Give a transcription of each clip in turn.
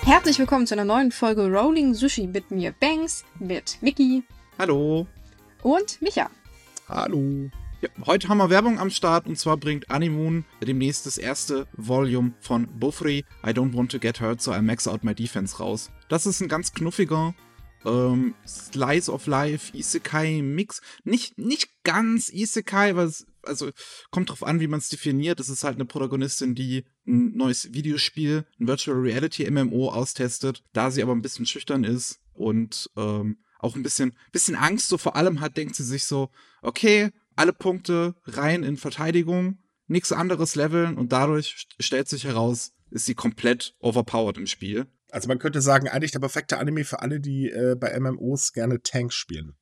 Herzlich willkommen zu einer neuen Folge Rolling Sushi mit mir, Banks, mit Mickey. Hallo. Und Micha. Hallo. Ja, heute haben wir Werbung am Start und zwar bringt Animoon demnächst das erste Volume von Bofuri, I Don't Want to Get Hurt, so I Max Out My Defense raus. Das ist ein ganz knuffiger Slice of Life Isekai-Mix. Nicht ganz Isekai, weil es, also kommt drauf an, wie man es definiert. Es ist halt eine Protagonistin, die ein neues Videospiel, ein Virtual Reality MMO austestet. Da sie aber ein bisschen schüchtern ist und auch ein bisschen Angst so vor allem hat, denkt sie sich so, okay, alle Punkte rein in Verteidigung, nichts anderes leveln und dadurch stellt sich heraus, ist sie komplett overpowered im Spiel. Also man könnte sagen, eigentlich der perfekte Anime für alle, die bei MMOs gerne Tanks spielen.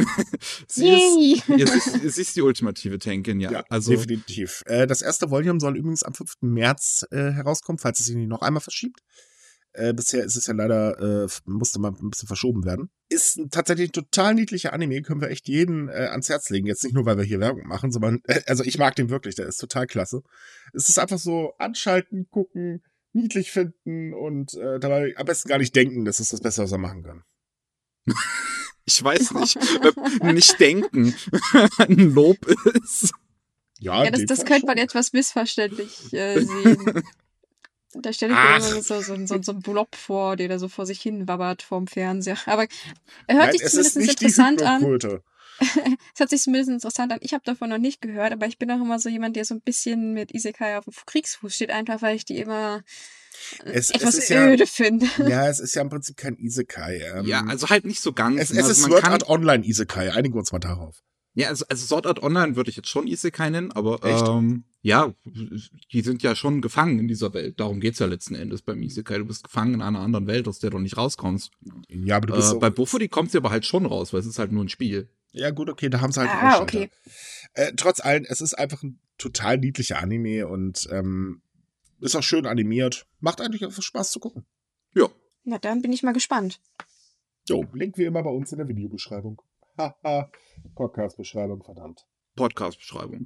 Sie ist die ultimative Tankin, ja. Ja, Also definitiv. Das erste Volume soll übrigens am 5. März herauskommen, falls es sich nicht noch einmal verschiebt. Bisher ist es ja leider, musste mal ein bisschen verschoben werden. Ist tatsächlich ein total niedlicher Anime, können wir echt jeden ans Herz legen. Jetzt nicht nur, weil wir hier Werbung machen, sondern, also ich mag den wirklich, der ist total klasse. Es ist einfach so anschalten, gucken, niedlich finden und dabei am besten gar nicht denken, das ist das Beste, was er machen kann. Ich weiß nicht, nicht denken ein Lob ist. Ja, das könnte man etwas missverständlich sehen. Da stelle ich mir immer so einen Blob vor, der da so vor sich hin wabbert vorm Fernseher. Aber er hört sich zumindest interessant an. Es hört sich zumindest interessant an. Ich habe davon noch nicht gehört, aber ich bin auch immer so jemand, der so ein bisschen mit Isekai auf dem Kriegsfuß steht, einfach weil ich die immer etwas öde finde. Ja, es ist ja im Prinzip kein Isekai. Ja, also halt nicht so ganz. Es ist Sword Art Online Isekai, einigen wir uns mal darauf. Ja, also Sword Art Online würde ich jetzt schon Isekai nennen, aber ja, die sind ja schon gefangen in dieser Welt. Darum geht's ja letzten Endes beim Isekai. Du bist gefangen in einer anderen Welt, aus der du nicht rauskommst. Ja, aber du bist bei Bofuri kommst du aber halt schon raus, weil es ist halt nur ein Spiel. Ja, gut, okay, da haben sie halt einen Ausschalter. Okay. Trotz allem, es ist einfach ein total niedlicher Anime und ist auch schön animiert. Macht eigentlich einfach Spaß zu gucken. Ja. Na, dann bin ich mal gespannt. Jo, Link wie immer bei uns in der Videobeschreibung. Haha, Podcast-Beschreibung, verdammt. Podcast-Beschreibung.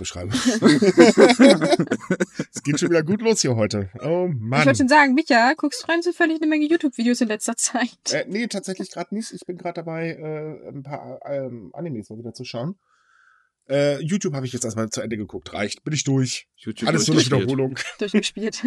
Es geht schon wieder gut los hier heute. Oh Mann. Ich wollte schon sagen, Micha, guckst du rein zufällig eine Menge YouTube-Videos in letzter Zeit? Nee, tatsächlich gerade nicht. Ich bin gerade dabei, ein paar Animes mal wieder zu schauen. YouTube habe ich jetzt erstmal zu Ende geguckt. Reicht. Bin ich durch. YouTube alles nur eine Wiederholung. Durchgespielt.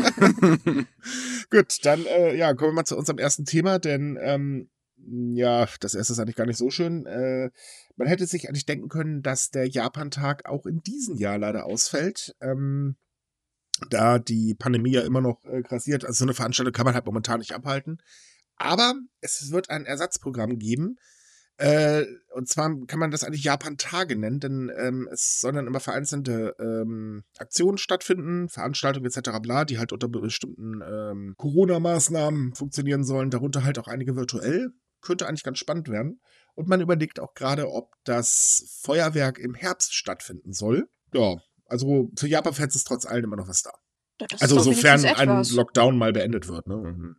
Gut, dann kommen wir mal zu unserem ersten Thema, denn ja, das erste ist eigentlich gar nicht so schön. Man hätte sich eigentlich denken können, dass der Japan-Tag auch in diesem Jahr leider ausfällt, da die Pandemie ja immer noch grassiert. Also so eine Veranstaltung kann man halt momentan nicht abhalten. Aber es wird ein Ersatzprogramm geben. Und zwar kann man das eigentlich Japan-Tage nennen, denn es sollen dann immer vereinzelte Aktionen stattfinden, Veranstaltungen etc. bla, die halt unter bestimmten Corona-Maßnahmen funktionieren sollen, darunter halt auch einige virtuell. Könnte eigentlich ganz spannend werden. Und man überlegt auch gerade, ob das Feuerwerk im Herbst stattfinden soll. Ja, also für Japan-Fans ist trotz allem immer noch was da. Also sofern ein Lockdown mal beendet wird. Ne?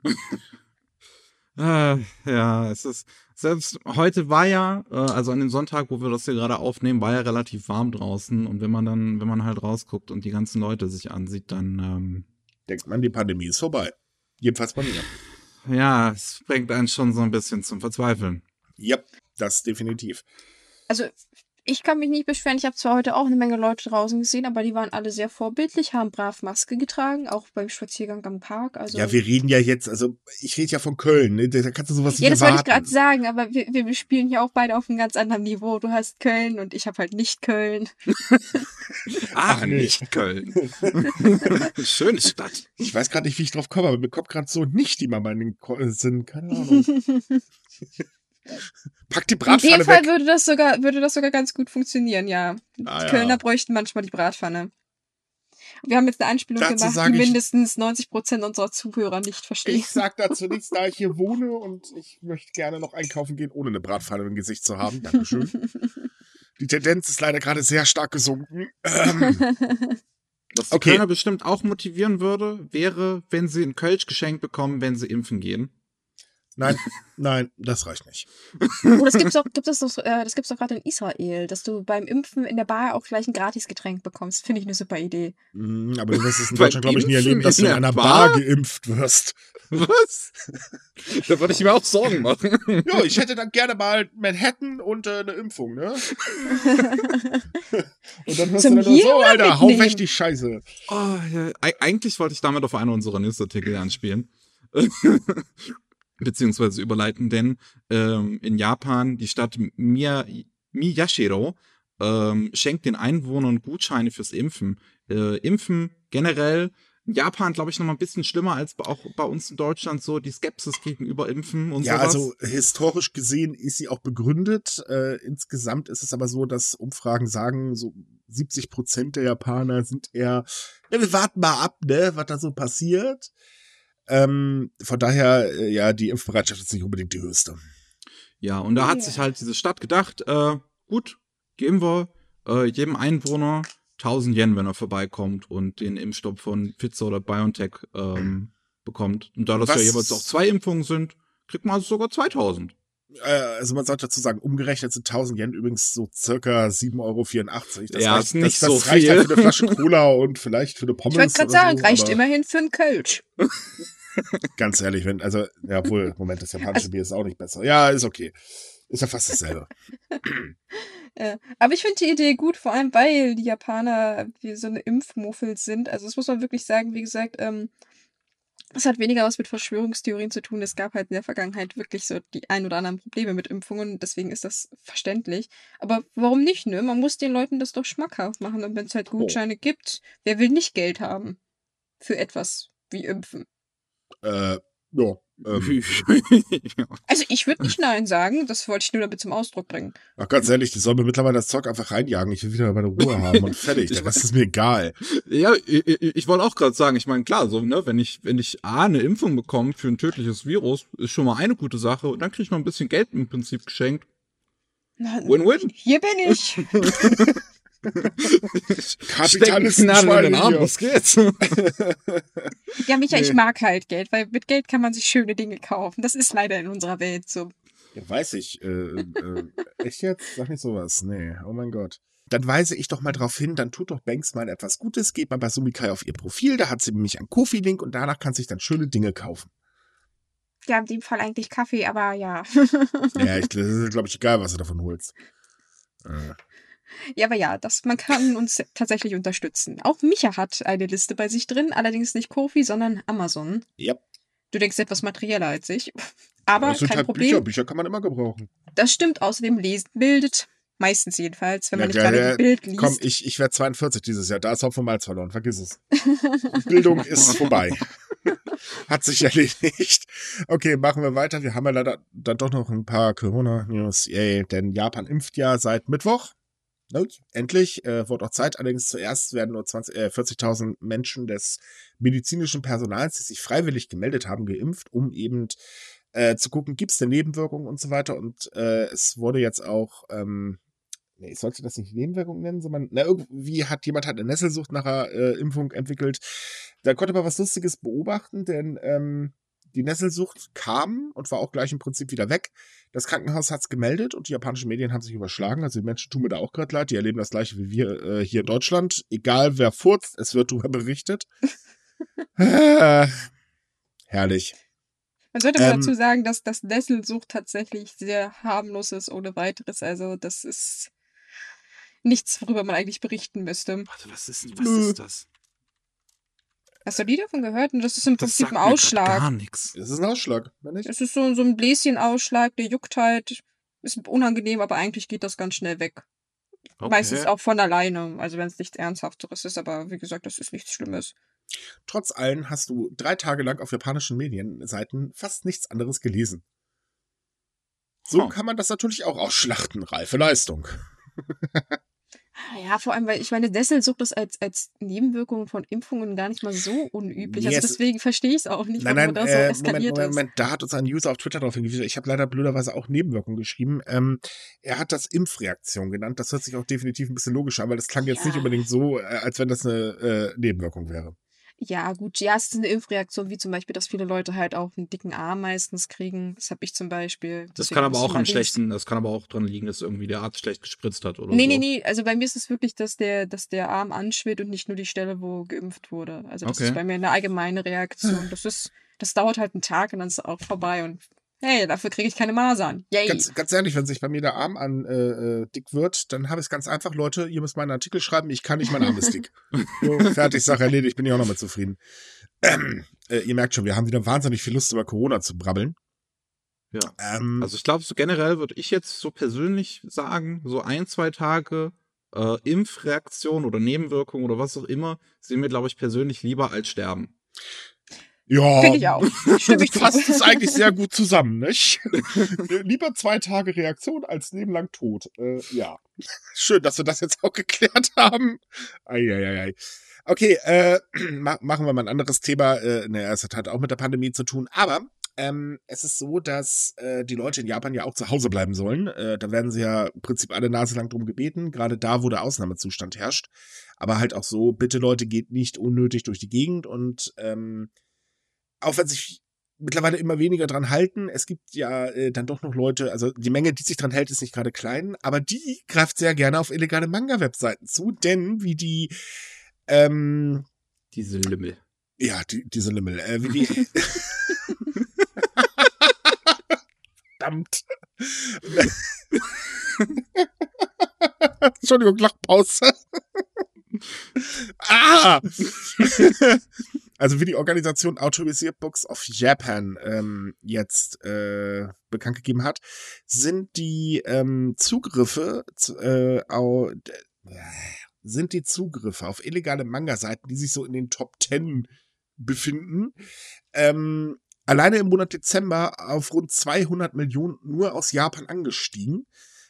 Ja, es ist, selbst heute war ja, also an dem Sonntag, wo wir das hier gerade aufnehmen, war ja relativ warm draußen. Und wenn man halt rausguckt und die ganzen Leute sich ansieht, dann denkt man, die Pandemie ist vorbei. Jedenfalls bei mir. Ja, es bringt einen schon so ein bisschen zum Verzweifeln. Ja, das definitiv. Also, ich kann mich nicht beschweren. Ich habe zwar heute auch eine Menge Leute draußen gesehen, aber die waren alle sehr vorbildlich, haben brav Maske getragen, auch beim Spaziergang am Park. Also ja, wir reden ja jetzt, also ich rede ja von Köln, ne? Da kannst du sowas nicht erwarten. Ja, das wollte ich gerade sagen, aber wir spielen ja auch beide auf einem ganz anderen Niveau. Du hast Köln und ich habe halt nicht Köln. Ach, nicht Köln. Schöne Stadt. Ich weiß gerade nicht, wie ich drauf komme, aber mir kommt gerade so nicht die Mama in den Sinn. Keine Ahnung. Pack die Bratpfanne weg. In dem Fall würde das sogar ganz gut funktionieren, ja. Die Kölner bräuchten manchmal die Bratpfanne. Wir haben jetzt eine Einspielung gemacht, die mindestens 90% unserer Zuhörer nicht verstehen. Ich sag dazu nichts, da ich hier wohne und ich möchte gerne noch einkaufen gehen, ohne eine Bratpfanne im Gesicht zu haben. Dankeschön. Die Tendenz ist leider gerade sehr stark gesunken. Was die Kölner bestimmt auch motivieren würde, wäre, wenn sie ein Kölsch geschenkt bekommen, wenn sie impfen gehen. Nein, das reicht nicht. Oh, das gibt's doch gerade in Israel, dass du beim Impfen in der Bar auch gleich ein Gratisgetränk bekommst. Finde ich eine super Idee. Aber du wirst es in Deutschland, glaube ich, nie erleben, dass du in einer Bar geimpft wirst. Was? Da würde ich mir auch Sorgen machen. Ja, ich hätte dann gerne mal Manhattan und eine Impfung, ne? Und dann hörst du dann so, Alter, hau weg die Scheiße. Oh, ja. Eigentlich wollte ich damit auf einen unserer Newsartikel anspielen. Beziehungsweise überleiten, denn in Japan die Stadt Miyashiro schenkt den Einwohnern Gutscheine fürs Impfen. Impfen generell in Japan, glaube ich, noch mal ein bisschen schlimmer als auch bei uns in Deutschland, so die Skepsis gegenüber Impfen und sowas. Ja, also historisch gesehen ist sie auch begründet. Insgesamt ist es aber so, dass Umfragen sagen, so 70% der Japaner sind eher, ja, wir warten mal ab, ne, was da so passiert. Von daher, ja, die Impfbereitschaft ist nicht unbedingt die höchste. Ja, und da hat sich halt diese Stadt gedacht, gut, geben wir jedem Einwohner 1000 Yen, wenn er vorbeikommt und den Impfstoff von Pfizer oder BioNTech bekommt. Und da das ja jeweils auch 2 Impfungen sind, kriegt man also sogar 2000. Also man sollte dazu sagen, umgerechnet sind 1000 Yen übrigens so circa 7,84 €. Das ja, reicht, ist nicht das so reicht viel. halt für eine Flasche Cola und vielleicht für eine Pommes. Ich wollte gerade sagen, so, reicht immerhin für einen Kölsch. Ganz ehrlich, Moment, das japanische Bier ist auch nicht besser. Ja, ist okay. Ist ja fast dasselbe. Aber ich finde die Idee gut, vor allem weil die Japaner wie so eine Impfmuffel sind. Also das muss man wirklich sagen, wie gesagt, es hat weniger was mit Verschwörungstheorien zu tun. Es gab halt in der Vergangenheit wirklich so die ein oder anderen Probleme mit Impfungen. Deswegen ist das verständlich. Aber warum nicht, ne? Man muss den Leuten das doch schmackhaft machen. Und wenn es halt Gutscheine gibt, wer will nicht Geld haben für etwas wie Impfen? Ja. Also ich würde nicht Nein sagen. Das wollte ich nur damit zum Ausdruck bringen. Ach, ganz ehrlich, die sollen mir mittlerweile das Zeug einfach reinjagen. Ich will wieder meine Ruhe haben und fertig. Das ist mir egal. Ja, ich wollte auch gerade sagen, ich meine, klar, so, ne, wenn ich eine Impfung bekomme für ein tödliches Virus, ist schon mal eine gute Sache und dann kriege ich mal ein bisschen Geld im Prinzip geschenkt. Win-win. Hier bin ich. Kapitalisten in den Arm, was geht's? Ja, Micha, ich mag halt Geld, weil mit Geld kann man sich schöne Dinge kaufen. Das ist leider in unserer Welt so. Ja, weiß ich. Echt jetzt? Sag nicht sowas. Nee, oh mein Gott. Dann weise ich doch mal drauf hin, dann tut doch Banks mal etwas Gutes, geht mal bei Sumikai auf ihr Profil, da hat sie nämlich einen Kofi-Link und danach kann sich dann schöne Dinge kaufen. Ja, in dem Fall eigentlich Kaffee, aber ja. Ja, das ist, glaube ich, egal, was du davon holst. Ja, aber ja, man kann uns tatsächlich unterstützen. Auch Micha hat eine Liste bei sich drin, allerdings nicht Ko-fi, sondern Amazon. Ja. Du denkst etwas materieller als ich. Aber das sind kein halt Problem. Bücher kann man immer gebrauchen. Das stimmt, außerdem lesen bildet. Meistens jedenfalls, wenn man nicht gerade ein Bild liest. Komm, ich werde 42 dieses Jahr. Da ist Hopfen und Malz verloren. Vergiss es. Bildung ist vorbei. Hat sich erledigt. Okay, machen wir weiter. Wir haben ja leider dann doch noch ein paar Corona-News. Denn Japan impft ja seit Mittwoch. Endlich, wurde auch Zeit. Allerdings zuerst werden nur 40.000 Menschen des medizinischen Personals, die sich freiwillig gemeldet haben, geimpft, um eben zu gucken, gibt es denn Nebenwirkungen und so weiter. Und es wurde jetzt auch, ich sollte das nicht Nebenwirkungen nennen, sondern irgendwie hat jemand eine Nesselsucht nach der Impfung entwickelt. Da konnte man was Lustiges beobachten, denn die Nesselsucht kam und war auch gleich im Prinzip wieder weg. Das Krankenhaus hat es gemeldet und die japanischen Medien haben sich überschlagen. Also die Menschen tun mir da auch gerade leid. Die erleben das Gleiche wie wir hier in Deutschland. Egal wer furzt, es wird darüber berichtet. Herrlich. Man sollte mal dazu sagen, dass das Nesselsucht tatsächlich sehr harmlos ist, ohne weiteres. Also das ist nichts, worüber man eigentlich berichten müsste. Warte, was ist das? Hast du die davon gehört? Und das ist im Prinzip ein sagt mir Ausschlag. gar nichts. Das ist ein Ausschlag, wenn nicht? Es ist so ein Bläschenausschlag, der juckt halt. Ist unangenehm, aber eigentlich geht das ganz schnell weg. Okay. Meistens auch von alleine, also wenn es nichts Ernsthafteres ist, aber wie gesagt, das ist nichts Schlimmes. Trotz allem hast du 3 Tage lang auf japanischen Medienseiten fast nichts anderes gelesen. So kann man das natürlich auch ausschlachten. Reife Leistung. Ja, vor allem, weil ich meine, Nesselsucht ist als Nebenwirkung von Impfungen gar nicht mal so unüblich. Also deswegen verstehe ich es auch nicht, warum das so eskaliert ist. Moment, da hat uns ein User auf Twitter darauf hingewiesen. Ich habe leider blöderweise auch Nebenwirkungen geschrieben. Er hat das Impfreaktion genannt. Das hört sich auch definitiv ein bisschen logischer an, weil das klang jetzt nicht unbedingt so, als wenn das eine Nebenwirkung wäre. Ja, gut, ja, es ist eine Impfreaktion, wie zum Beispiel, dass viele Leute halt auch einen dicken Arm meistens kriegen. Das habe ich zum Beispiel. Das Deswegen kann aber musste auch mal links. das kann aber auch dran liegen, dass irgendwie der Arzt schlecht gespritzt hat oder so. Nee. Also bei mir ist es wirklich, dass der Arm anschwillt und nicht nur die Stelle, wo geimpft wurde. Also das ist Okay. bei mir eine allgemeine Reaktion. Das dauert halt einen Tag und dann ist es auch vorbei und hey, dafür kriege ich keine Masern. Yay! Ganz ehrlich, wenn sich bei mir der Arm dick wird, dann habe ich es ganz einfach, Leute, ihr müsst meinen Artikel schreiben, ich kann nicht, mein Arm ist dick. So, fertig, Sache erledigt, bin ich auch nochmal zufrieden. Ihr merkt schon, wir haben wieder wahnsinnig viel Lust, über Corona zu brabbeln. Ja. Also ich glaube, so generell würde ich jetzt so persönlich sagen, so 1-2 Tage Impfreaktion oder Nebenwirkung oder was auch immer, sind mir, glaube ich, persönlich lieber als sterben. Ja, Finde ich auch. Stimme ich zu. fasst es eigentlich sehr gut zusammen, nicht? Lieber 2 Tage Reaktion als nebenlang tot. Ja. Schön, dass wir das jetzt auch geklärt haben. Eieiei. Okay, machen wir mal ein anderes Thema. Es hat halt auch mit der Pandemie zu tun, aber es ist so, dass die Leute in Japan ja auch zu Hause bleiben sollen. Da werden sie ja im Prinzip alle Nase lang drum gebeten, gerade da, wo der Ausnahmezustand herrscht. Aber halt auch so, bitte Leute, geht nicht unnötig durch die Gegend und auch wenn sich mittlerweile immer weniger dran halten, es gibt ja dann doch noch Leute, also die Menge, die sich dran hält, ist nicht gerade klein, aber die greift sehr gerne auf illegale Manga-Webseiten zu, denn wie die Diese Lümmel. ja, diese Lümmel, wie die verdammt. Entschuldigung, Lachpause. Also wie die Organisation Autorisierten Books of Japan jetzt bekannt gegeben hat, sind die Zugriffe auf illegale Manga-Seiten, die sich so in den Top 10 befinden, alleine im Monat Dezember auf rund 200 Millionen nur aus Japan angestiegen.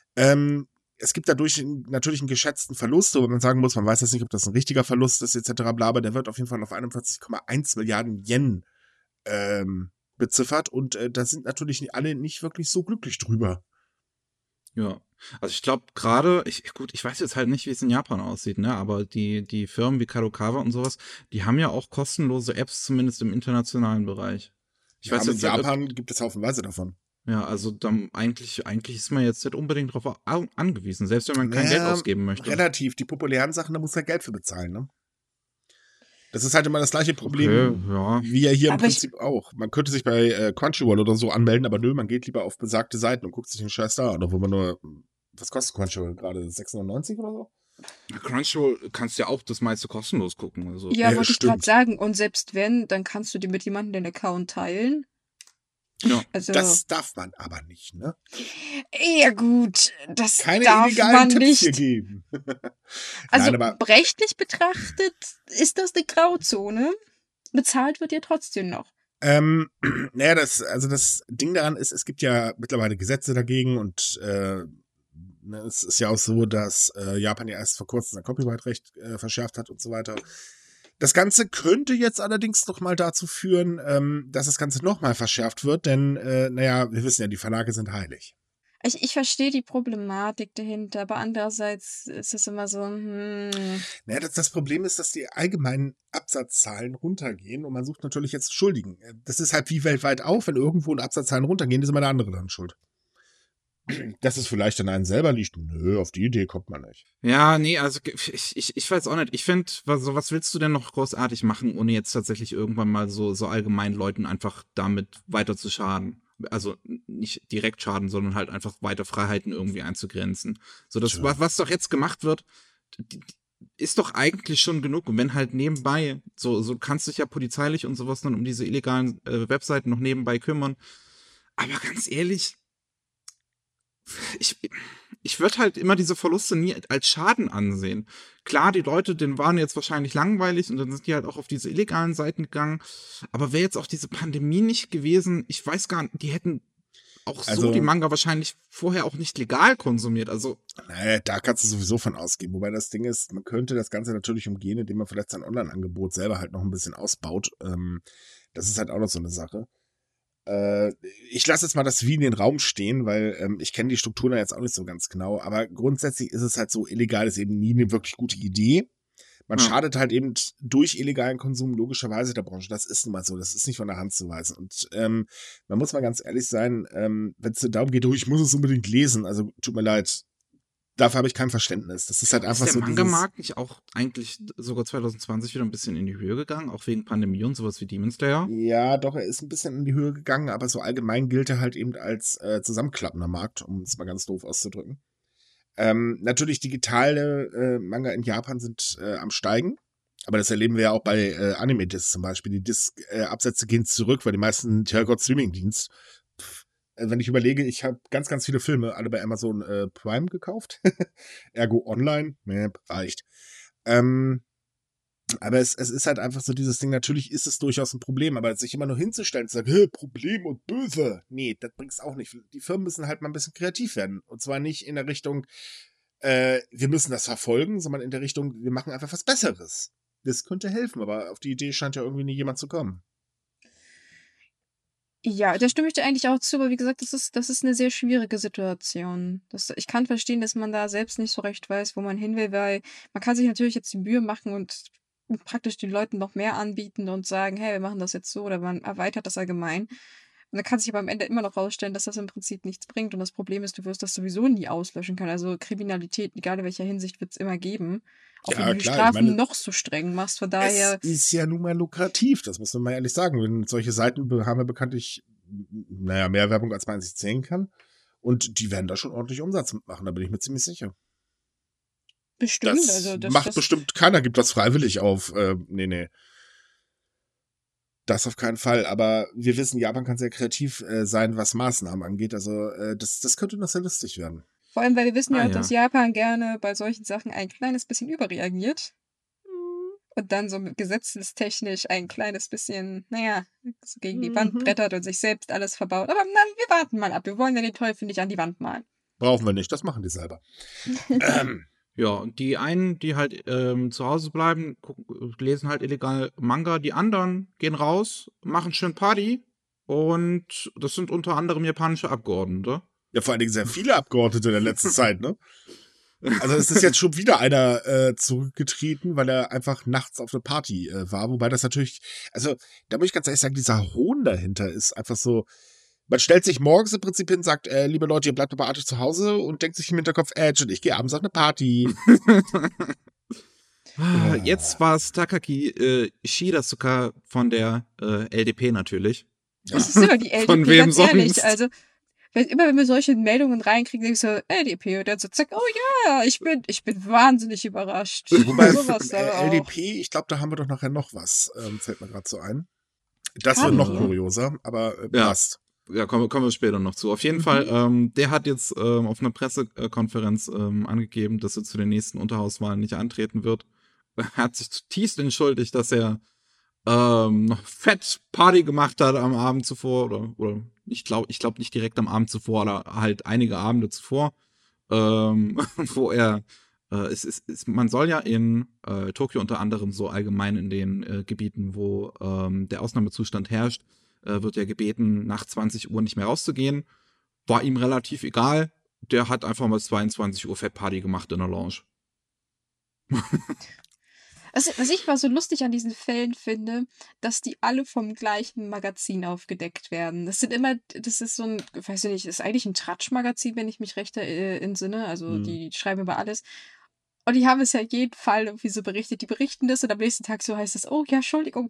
Es gibt dadurch natürlich einen geschätzten Verlust, aber man sagen muss, man weiß jetzt nicht, ob das ein richtiger Verlust ist, etc. bla, aber der wird auf jeden Fall auf 41,1 Milliarden Yen beziffert und da sind natürlich alle nicht wirklich so glücklich drüber. Ja, also ich glaube gerade, ich weiß jetzt halt nicht, wie es in Japan aussieht, ne, aber die Firmen wie Kadokawa und sowas, die haben ja auch kostenlose Apps, zumindest im internationalen Bereich. Ich weiß in jetzt Japan gibt es haufenweise davon. Ja, also dann eigentlich ist man jetzt nicht unbedingt darauf angewiesen, selbst wenn man kein Geld ausgeben möchte. Relativ, die populären Sachen, da muss er Geld für bezahlen, ne? Das ist halt immer das gleiche Problem, wie ja hier im Prinzip auch. Man könnte sich bei Crunchyroll oder so anmelden, aber nö, man geht lieber auf besagte Seiten und guckt sich den Scheiß da an, obwohl man nur, was kostet Crunchyroll gerade, 6,99 oder so? Crunchyroll kannst ja auch das meiste kostenlos gucken. Also. Ja, wollte ich gerade sagen. Und selbst wenn, dann kannst du dir mit jemandem den Account teilen. Ja. Also, das darf man aber nicht, ne? Ja gut, das keine darf illegalen man Tipps nicht. hier geben. Also Nein, aber rechtlich betrachtet ist das eine Grauzone. Bezahlt wird ja trotzdem noch. Naja, das Ding daran ist, es gibt ja mittlerweile Gesetze dagegen und es ist ja auch so, dass Japan ja erst vor kurzem sein Copyright-Recht verschärft hat und so weiter. Das Ganze könnte jetzt allerdings noch mal dazu führen, dass das Ganze noch mal verschärft wird, denn, naja, wir wissen ja, die Verlage sind heilig. Ich verstehe die Problematik dahinter, aber andererseits ist es immer so, Naja, das Problem ist, dass die allgemeinen Absatzzahlen runtergehen und man sucht natürlich jetzt Schuldigen. Das ist halt wie weltweit auch, wenn irgendwo Absatzzahlen runtergehen, ist immer der andere dann schuld. Dass es vielleicht an einem selber liegt. Nö, auf die Idee kommt man nicht. Ja, nee, also ich weiß auch nicht. Ich finde, was willst du denn noch großartig machen, ohne jetzt tatsächlich irgendwann mal so allgemein Leuten einfach damit weiter zu schaden? Also nicht direkt schaden, sondern halt einfach weiter Freiheiten irgendwie einzugrenzen. So das, was doch jetzt gemacht wird, ist doch eigentlich schon genug. Und wenn halt nebenbei, so kannst du dich ja polizeilich und sowas dann um diese illegalen Webseiten noch nebenbei kümmern. Aber ganz ehrlich, ich würde halt immer diese Verluste nie als Schaden ansehen. Klar, die Leute, denen waren jetzt wahrscheinlich langweilig und dann sind die halt auch auf diese illegalen Seiten gegangen. Aber wäre jetzt auch diese Pandemie nicht gewesen, ich weiß gar nicht, die hätten auch so die Manga wahrscheinlich vorher auch nicht legal konsumiert. Also naja, da kannst du sowieso von ausgehen. Wobei das Ding ist, man könnte das Ganze natürlich umgehen, indem man vielleicht sein Online-Angebot selber halt noch ein bisschen ausbaut. Das ist halt auch noch so eine Sache. Ich lasse jetzt mal das Wie in den Raum stehen, weil ich kenne die Strukturen jetzt auch nicht so ganz genau, aber grundsätzlich ist es halt so, illegal ist eben nie eine wirklich gute Idee. Man schadet halt eben durch illegalen Konsum logischerweise der Branche. Das ist nun mal so. Das ist nicht von der Hand zu weisen. Und man muss mal ganz ehrlich sein, wenn es darum geht, ich muss es unbedingt lesen. Also tut mir leid. Dafür habe ich kein Verständnis. Das ist halt einfach so. Ist der Manga-Markt nicht auch eigentlich sogar 2020 wieder ein bisschen in die Höhe gegangen? Auch wegen Pandemie und sowas wie Demon Slayer? Ja, doch, er ist ein bisschen in die Höhe gegangen. Aber so allgemein gilt er halt eben als zusammenklappender Markt, um es mal ganz doof auszudrücken. Natürlich digitale Manga in Japan sind am Steigen. Aber das erleben wir ja auch bei Anime-Discs zum Beispiel. Die Disc-Absätze gehen zurück, weil die meisten, Gott, Streaming-Dienst. Wenn ich überlege, ich habe ganz, ganz viele Filme alle bei Amazon Prime gekauft. Ergo online. Reicht. Aber es ist halt einfach so dieses Ding, natürlich ist es durchaus ein Problem, aber sich immer nur hinzustellen und zu sagen, Problem und böse, nee, das bringt's auch nicht. Die Firmen müssen halt mal ein bisschen kreativ werden. Und zwar nicht in der Richtung, wir müssen das verfolgen, sondern in der Richtung, wir machen einfach was Besseres. Das könnte helfen, aber auf die Idee scheint ja irgendwie nie jemand zu kommen. Ja, da stimme ich dir eigentlich auch zu, aber wie gesagt, das ist eine sehr schwierige Situation. Ich kann verstehen, dass man da selbst nicht so recht weiß, wo man hin will, weil man kann sich natürlich jetzt die Mühe machen und praktisch den Leuten noch mehr anbieten und sagen, hey, wir machen das jetzt so oder man erweitert das allgemein. Und dann kann sich aber am Ende immer noch rausstellen, dass das im Prinzip nichts bringt. Und das Problem ist, du wirst das sowieso nie auslöschen können. Also Kriminalität, egal in welcher Hinsicht, wird es immer geben. Auch Ja, wenn du die klar, Strafen ich meine, noch so streng machst. Von daher, es ist ja nun mal lukrativ, das muss man mal ehrlich sagen. Wenn solche Seiten haben ja bekanntlich, mehr Werbung, als man sich sehen kann. Und die werden da schon ordentlich Umsatz mitmachen, da bin ich mir ziemlich sicher. bestimmt. Das Also macht bestimmt keiner, gibt das freiwillig auf. Nee. Das auf keinen Fall. Aber wir wissen, Japan kann sehr kreativ sein, was Maßnahmen angeht. Also das könnte noch sehr lustig werden. vor allem, weil wir wissen ja auch, ja. dass Japan gerne bei solchen Sachen ein kleines bisschen überreagiert. Und dann so gesetzestechnisch ein kleines bisschen, so gegen die Wand brettert und sich selbst alles verbaut. Aber wir warten mal ab. Wir wollen ja den Teufel nicht an die Wand malen. Brauchen wir nicht, das machen die selber. Ja, und die einen, die halt zu Hause bleiben, lesen halt illegal Manga. Die anderen gehen raus, machen schön Party. Und das sind unter anderem japanische Abgeordnete. Ja, vor allen Dingen sehr viele Abgeordnete in der letzten Zeit, ne? Also es ist jetzt schon wieder einer zurückgetreten, weil er einfach nachts auf eine Party war. Wobei das natürlich, also da muss ich ganz ehrlich sagen, dieser Hohn dahinter ist einfach so, man stellt sich morgens im Prinzip hin und sagt, liebe Leute, ihr bleibt aber artig zu Hause und denkt sich im Hinterkopf, ich gehe abends auf eine Party. Jetzt war es Takaki Shirasuka von der LDP natürlich. Das ist immer die LDP, Von wem ganz ehrlich. sonst? Also, wenn wir solche Meldungen reinkriegen, denke ich so, LDP. Und dann so, zack, oh ja, ich bin wahnsinnig überrascht. Wobei Sowas aber auch. LDP, ich glaube, da haben wir doch nachher noch was, fällt mir gerade so ein. Das wird noch kurioser, aber passt. Ja, kommen wir später noch zu. Auf jeden Fall, der hat jetzt auf einer Pressekonferenz angegeben, dass er zu den nächsten Unterhauswahlen nicht antreten wird. Er hat sich zutiefst entschuldigt, dass er noch fett Party gemacht hat am Abend zuvor oder ich glaube nicht direkt am Abend zuvor, aber halt einige Abende zuvor, wo er man soll ja in Tokio unter anderem so allgemein in den Gebieten, wo der Ausnahmezustand herrscht, wird ja gebeten, nach 20 Uhr nicht mehr rauszugehen. War ihm relativ egal. Der hat einfach mal 22 Uhr Fettparty gemacht in der Lounge. Was ich mal so lustig an diesen Fällen finde, dass die alle vom gleichen Magazin aufgedeckt werden. Das ist so ein, weiß ich nicht, ist eigentlich ein Tratsch-Magazin, wenn ich mich recht entsinne. Also die schreiben über alles. Und die haben es ja jeden Fall irgendwie so berichtet. Die berichten das und am nächsten Tag so heißt es, oh ja, Entschuldigung,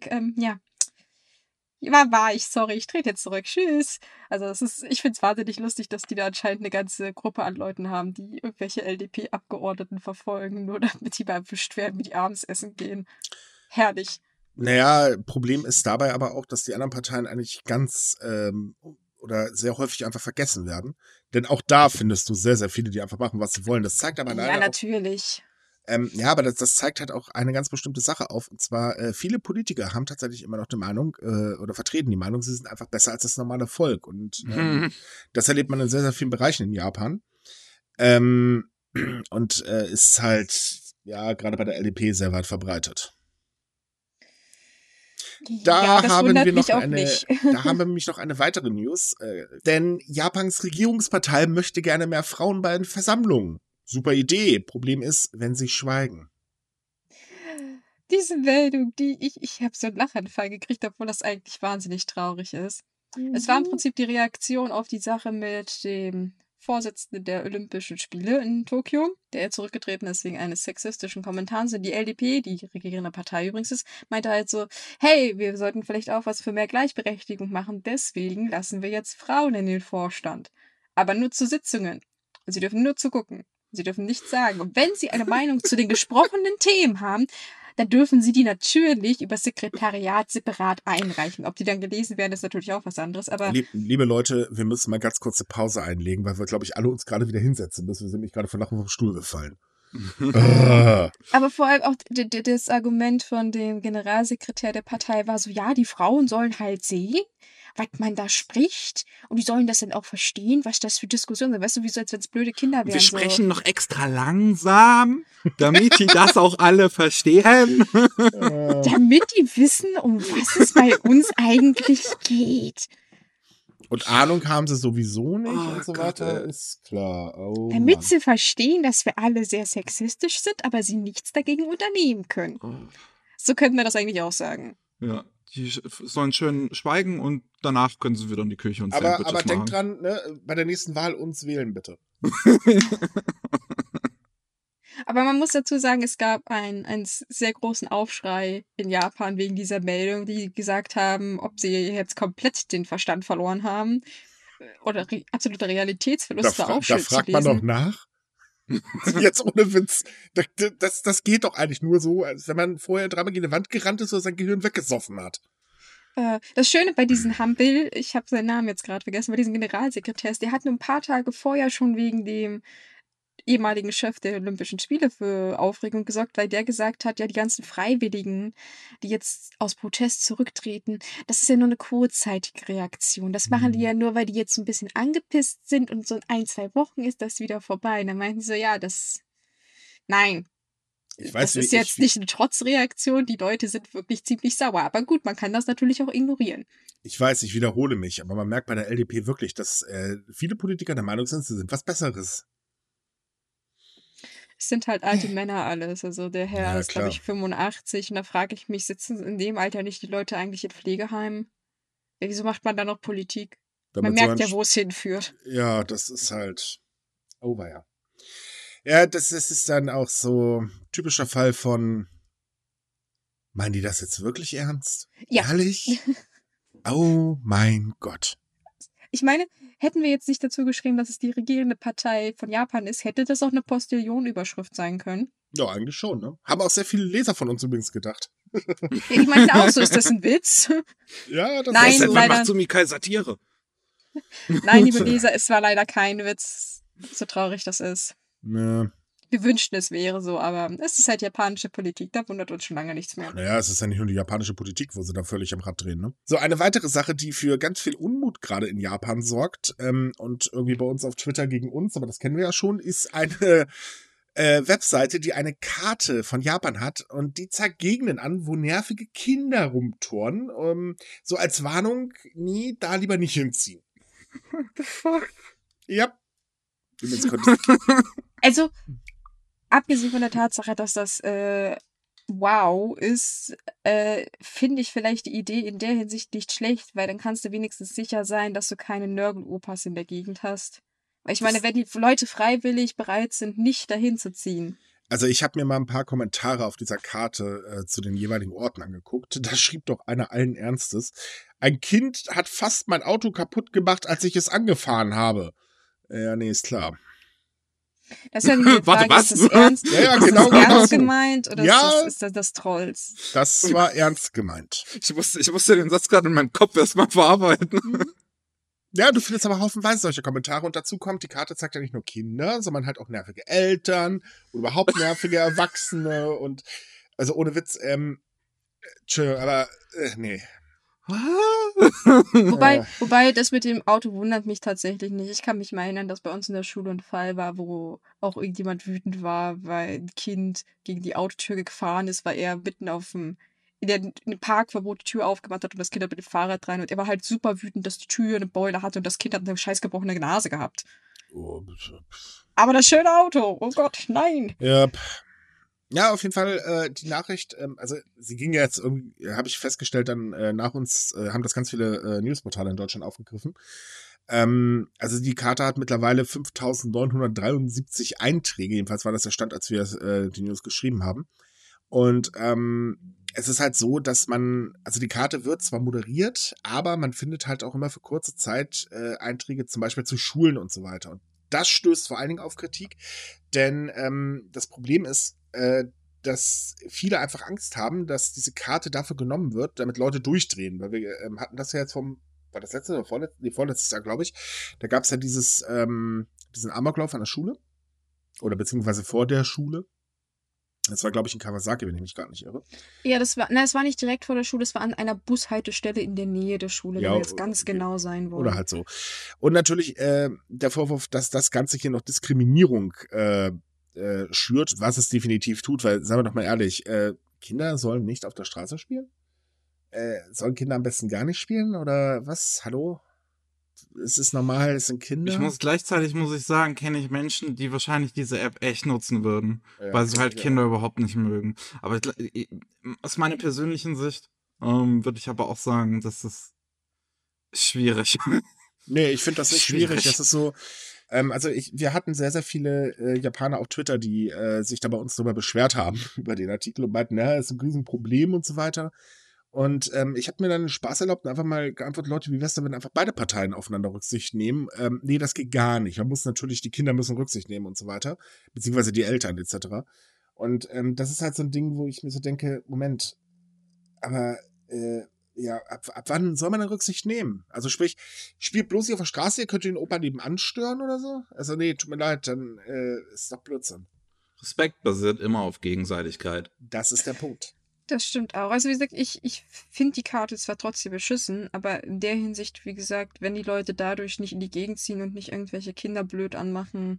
war ich, sorry, ich trete jetzt zurück, tschüss. Also ich finde es wahnsinnig lustig, dass die da anscheinend eine ganze Gruppe an Leuten haben, die irgendwelche LDP-Abgeordneten verfolgen, nur damit die mal erwischt werden, wie die abends essen gehen. Herrlich. Naja, Problem ist dabei aber auch, dass die anderen Parteien eigentlich ganz oder sehr häufig einfach vergessen werden. Denn auch da findest du sehr, sehr viele, die einfach machen, was sie wollen. Das zeigt aber leider Ja, natürlich. aber das zeigt halt auch eine ganz bestimmte Sache auf. Und zwar, viele Politiker haben tatsächlich immer noch die Meinung oder vertreten die Meinung, sie sind einfach besser als das normale Volk. Und das erlebt man in sehr, sehr vielen Bereichen in Japan. Und ist halt, ja, gerade bei der LDP sehr weit verbreitet. Da haben wir nämlich noch eine weitere News. Denn Japans Regierungspartei möchte gerne mehr Frauen bei den Versammlungen. Super Idee. Problem ist, wenn sie schweigen. Diese Meldung, ich habe so einen Lachanfall gekriegt, obwohl das eigentlich wahnsinnig traurig ist. Es war im Prinzip die Reaktion auf die Sache mit dem Vorsitzenden der Olympischen Spiele in Tokio, der ja zurückgetreten ist wegen eines sexistischen Kommentars. Und die LDP, die regierende Partei übrigens ist, meinte halt so, hey, wir sollten vielleicht auch was für mehr Gleichberechtigung machen, deswegen lassen wir jetzt Frauen in den Vorstand. Aber nur zu Sitzungen. Und sie dürfen nur zugucken. Sie dürfen nichts sagen. Und wenn sie eine Meinung zu den gesprochenen Themen haben, dann dürfen sie die natürlich über Sekretariat separat einreichen. Ob die dann gelesen werden, ist natürlich auch was anderes. Aber Liebe Leute, wir müssen mal ganz kurze Pause einlegen, weil wir, glaube ich, alle uns gerade wieder hinsetzen müssen. Wir sind nämlich gerade von Lachen vom Stuhl gefallen. Aber vor allem auch das Argument von dem Generalsekretär der Partei war so, ja, die Frauen sollen halt sehen, was man da spricht und die sollen das dann auch verstehen, was das für Diskussionen sind. Weißt du, wie so, als wenn es blöde Kinder wären. Wir sprechen noch extra langsam, damit die das auch alle verstehen. Damit die wissen, um was es bei uns eigentlich geht. Und Ahnung haben sie sowieso nicht und so weiter, Gott, ist klar. Damit sie verstehen, dass wir alle sehr sexistisch sind, aber sie nichts dagegen unternehmen können. So könnten wir das eigentlich auch sagen. Ja, die sollen schön schweigen und danach können sie wieder in die Küche und Aber Sandwiches machen. denkt dran, ne, bei der nächsten Wahl uns wählen, bitte. Aber man muss dazu sagen, es gab einen sehr großen Aufschrei in Japan wegen dieser Meldung, die gesagt haben, ob sie jetzt komplett den Verstand verloren haben oder absoluter Realitätsverlust war auch schön zu lesen. Da fragt man doch nach. Jetzt ohne Witz. Das geht doch eigentlich nur so, als wenn man vorher dreimal gegen die Wand gerannt ist oder sein Gehirn weggesoffen hat. Das Schöne bei diesem Hampel, ich habe seinen Namen jetzt gerade vergessen, bei diesem Generalsekretär, der hat nur ein paar Tage vorher schon wegen dem ehemaligen Chef der Olympischen Spiele für Aufregung gesorgt, weil der gesagt hat, ja, die ganzen Freiwilligen, die jetzt aus Protest zurücktreten, das ist ja nur eine kurzzeitige Reaktion. Das machen die ja nur, weil die jetzt so ein bisschen angepisst sind und so in 1-2 Wochen ist das wieder vorbei. Und dann meinten sie so, ja, nein. Das ist jetzt nicht eine Trotzreaktion, die Leute sind wirklich ziemlich sauer. Aber gut, man kann das natürlich auch ignorieren. Ich weiß, ich wiederhole mich, aber man merkt bei der LDP wirklich, dass viele Politiker der Meinung sind, sie sind was Besseres. Es sind halt alte Männer alles. Also der Herr ist, glaube ich, 85 und da frage ich mich, sitzen in dem Alter nicht die Leute eigentlich in Pflegeheimen? Ja, wieso macht man da noch Politik? Man merkt ja, wo es hinführt. Ja, das ist halt weia. Ja, das ist dann auch so typischer Fall von, meinen die das jetzt wirklich ernst? Ja. Ehrlich? Oh mein Gott. Ich meine, hätten wir jetzt nicht dazu geschrieben, dass es die regierende Partei von Japan ist, hätte das auch eine Postillon-Überschrift sein können. Ja, eigentlich schon, ne? Haben auch sehr viele Leser von uns übrigens gedacht. Ja, ich meinte auch so, ist das ein Witz? Ja, das Nein, ist leider macht Sumikai Satire. Nein, liebe Leser, es war leider kein Witz, so traurig das ist. Ne. Wir wünschten, es wäre so, aber es ist halt japanische Politik, da wundert uns schon lange nichts mehr. Naja, es ist ja nicht nur die japanische Politik, wo sie da völlig am Rad drehen, ne? So, eine weitere Sache, die für ganz viel Unmut gerade in Japan sorgt, und irgendwie bei uns auf Twitter gegen uns, aber das kennen wir ja schon, ist eine Webseite, die eine Karte von Japan hat und die zeigt Gegenden an, wo nervige Kinder rumturnen, so als Warnung, nee, da lieber nicht hinziehen. What the fuck? Ja. Also, abgesehen von der Tatsache, dass das wow ist, finde ich vielleicht die Idee in der Hinsicht nicht schlecht, weil dann kannst du wenigstens sicher sein, dass du keine Nörgel-Opas in der Gegend hast. Weil ich meine, wenn die Leute freiwillig bereit sind, nicht dahin zu ziehen. Also ich habe mir mal ein paar Kommentare auf dieser Karte zu den jeweiligen Orten angeguckt. Da schrieb doch einer allen Ernstes, ein Kind hat fast mein Auto kaputt gemacht, als ich es angefahren habe. Ja, nee, ist klar. Das ist ja die Frage, Warte, was? Ist das ernst, ja, ist genau, das ernst gemeint oder ja, ist das Trolls? Das war ernst gemeint. Ich musste den Satz gerade in meinem Kopf erstmal verarbeiten. Ja, du findest aber haufenweise solche Kommentare und dazu kommt, die Karte zeigt ja nicht nur Kinder, sondern halt auch nervige Eltern und überhaupt nervige Erwachsene und also ohne Witz, nee. Wobei das mit dem Auto wundert mich tatsächlich nicht. Ich kann mich mal erinnern, dass bei uns in der Schule ein Fall war, wo auch irgendjemand wütend war, weil ein Kind gegen die Autotür gefahren ist, weil er mitten in dem Parkverbot die Tür aufgemacht hat und das Kind hat mit dem Fahrrad rein und er war halt super wütend, dass die Tür eine Beule hatte und das Kind hat eine scheiß gebrochene Nase gehabt. Oh, aber das schöne Auto, oh Gott, nein. Ja, Ja, auf jeden Fall die Nachricht, also sie ging ja jetzt irgendwie, habe ich festgestellt, dann nach uns haben das ganz viele Newsportale in Deutschland aufgegriffen. Also die Karte hat mittlerweile 5.973 Einträge, jedenfalls war das der Stand, als wir die News geschrieben haben. Und es ist halt so, dass also die Karte wird zwar moderiert, aber man findet halt auch immer für kurze Zeit Einträge zum Beispiel zu Schulen und so weiter. Und das stößt vor allen Dingen auf Kritik, denn das Problem ist, dass viele einfach Angst haben, dass diese Karte dafür genommen wird, damit Leute durchdrehen. Weil wir hatten das ja jetzt war das letzte oder vorletztes Jahr, glaube ich. Da gab es ja diesen Amoklauf an der Schule. Oder beziehungsweise vor der Schule. Das war, glaube ich, in Kawasaki, wenn ich mich gar nicht irre. Ja, es war nicht direkt vor der Schule, es war an einer Bushaltestelle in der Nähe der Schule, wenn wir jetzt ganz genau sein wollen. Oder halt so. Und natürlich der Vorwurf, dass das Ganze hier noch Diskriminierung schürt, was es definitiv tut, weil, sagen wir doch mal ehrlich, Kinder sollen nicht auf der Straße spielen? Sollen Kinder am besten gar nicht spielen? Oder was? Hallo? Es ist normal, es sind Kinder. Gleichzeitig muss ich sagen, kenne ich Menschen, die wahrscheinlich diese App echt nutzen würden, weil sie halt Kinder überhaupt nicht mögen. Aber aus meiner persönlichen Sicht würde ich aber auch sagen, das ist schwierig. Nee, ich finde das nicht schwierig. Das ist so, also wir hatten sehr, sehr viele Japaner auf Twitter, die sich da bei uns drüber beschwert haben, über den Artikel und meinten, ja, ist ein Riesenproblem und so weiter. Und ich habe mir dann den Spaß erlaubt und einfach mal geantwortet, Leute, wie wär's denn, wenn einfach beide Parteien aufeinander Rücksicht nehmen? Nee, das geht gar nicht. Man muss natürlich, die Kinder müssen Rücksicht nehmen und so weiter, beziehungsweise die Eltern etc. Und das ist halt so ein Ding, wo ich mir so denke, Moment, aber ja, ab wann soll man denn Rücksicht nehmen? Also sprich, spielt bloß hier auf der Straße, ihr könnt den Opa nebenan stören oder so? Also nee, tut mir leid, dann ist doch Blödsinn. Respekt basiert immer auf Gegenseitigkeit. Das ist der Punkt. Das stimmt auch. Also wie gesagt, ich finde die Karte zwar trotzdem beschissen, aber in der Hinsicht, wie gesagt, wenn die Leute dadurch nicht in die Gegend ziehen und nicht irgendwelche Kinder blöd anmachen,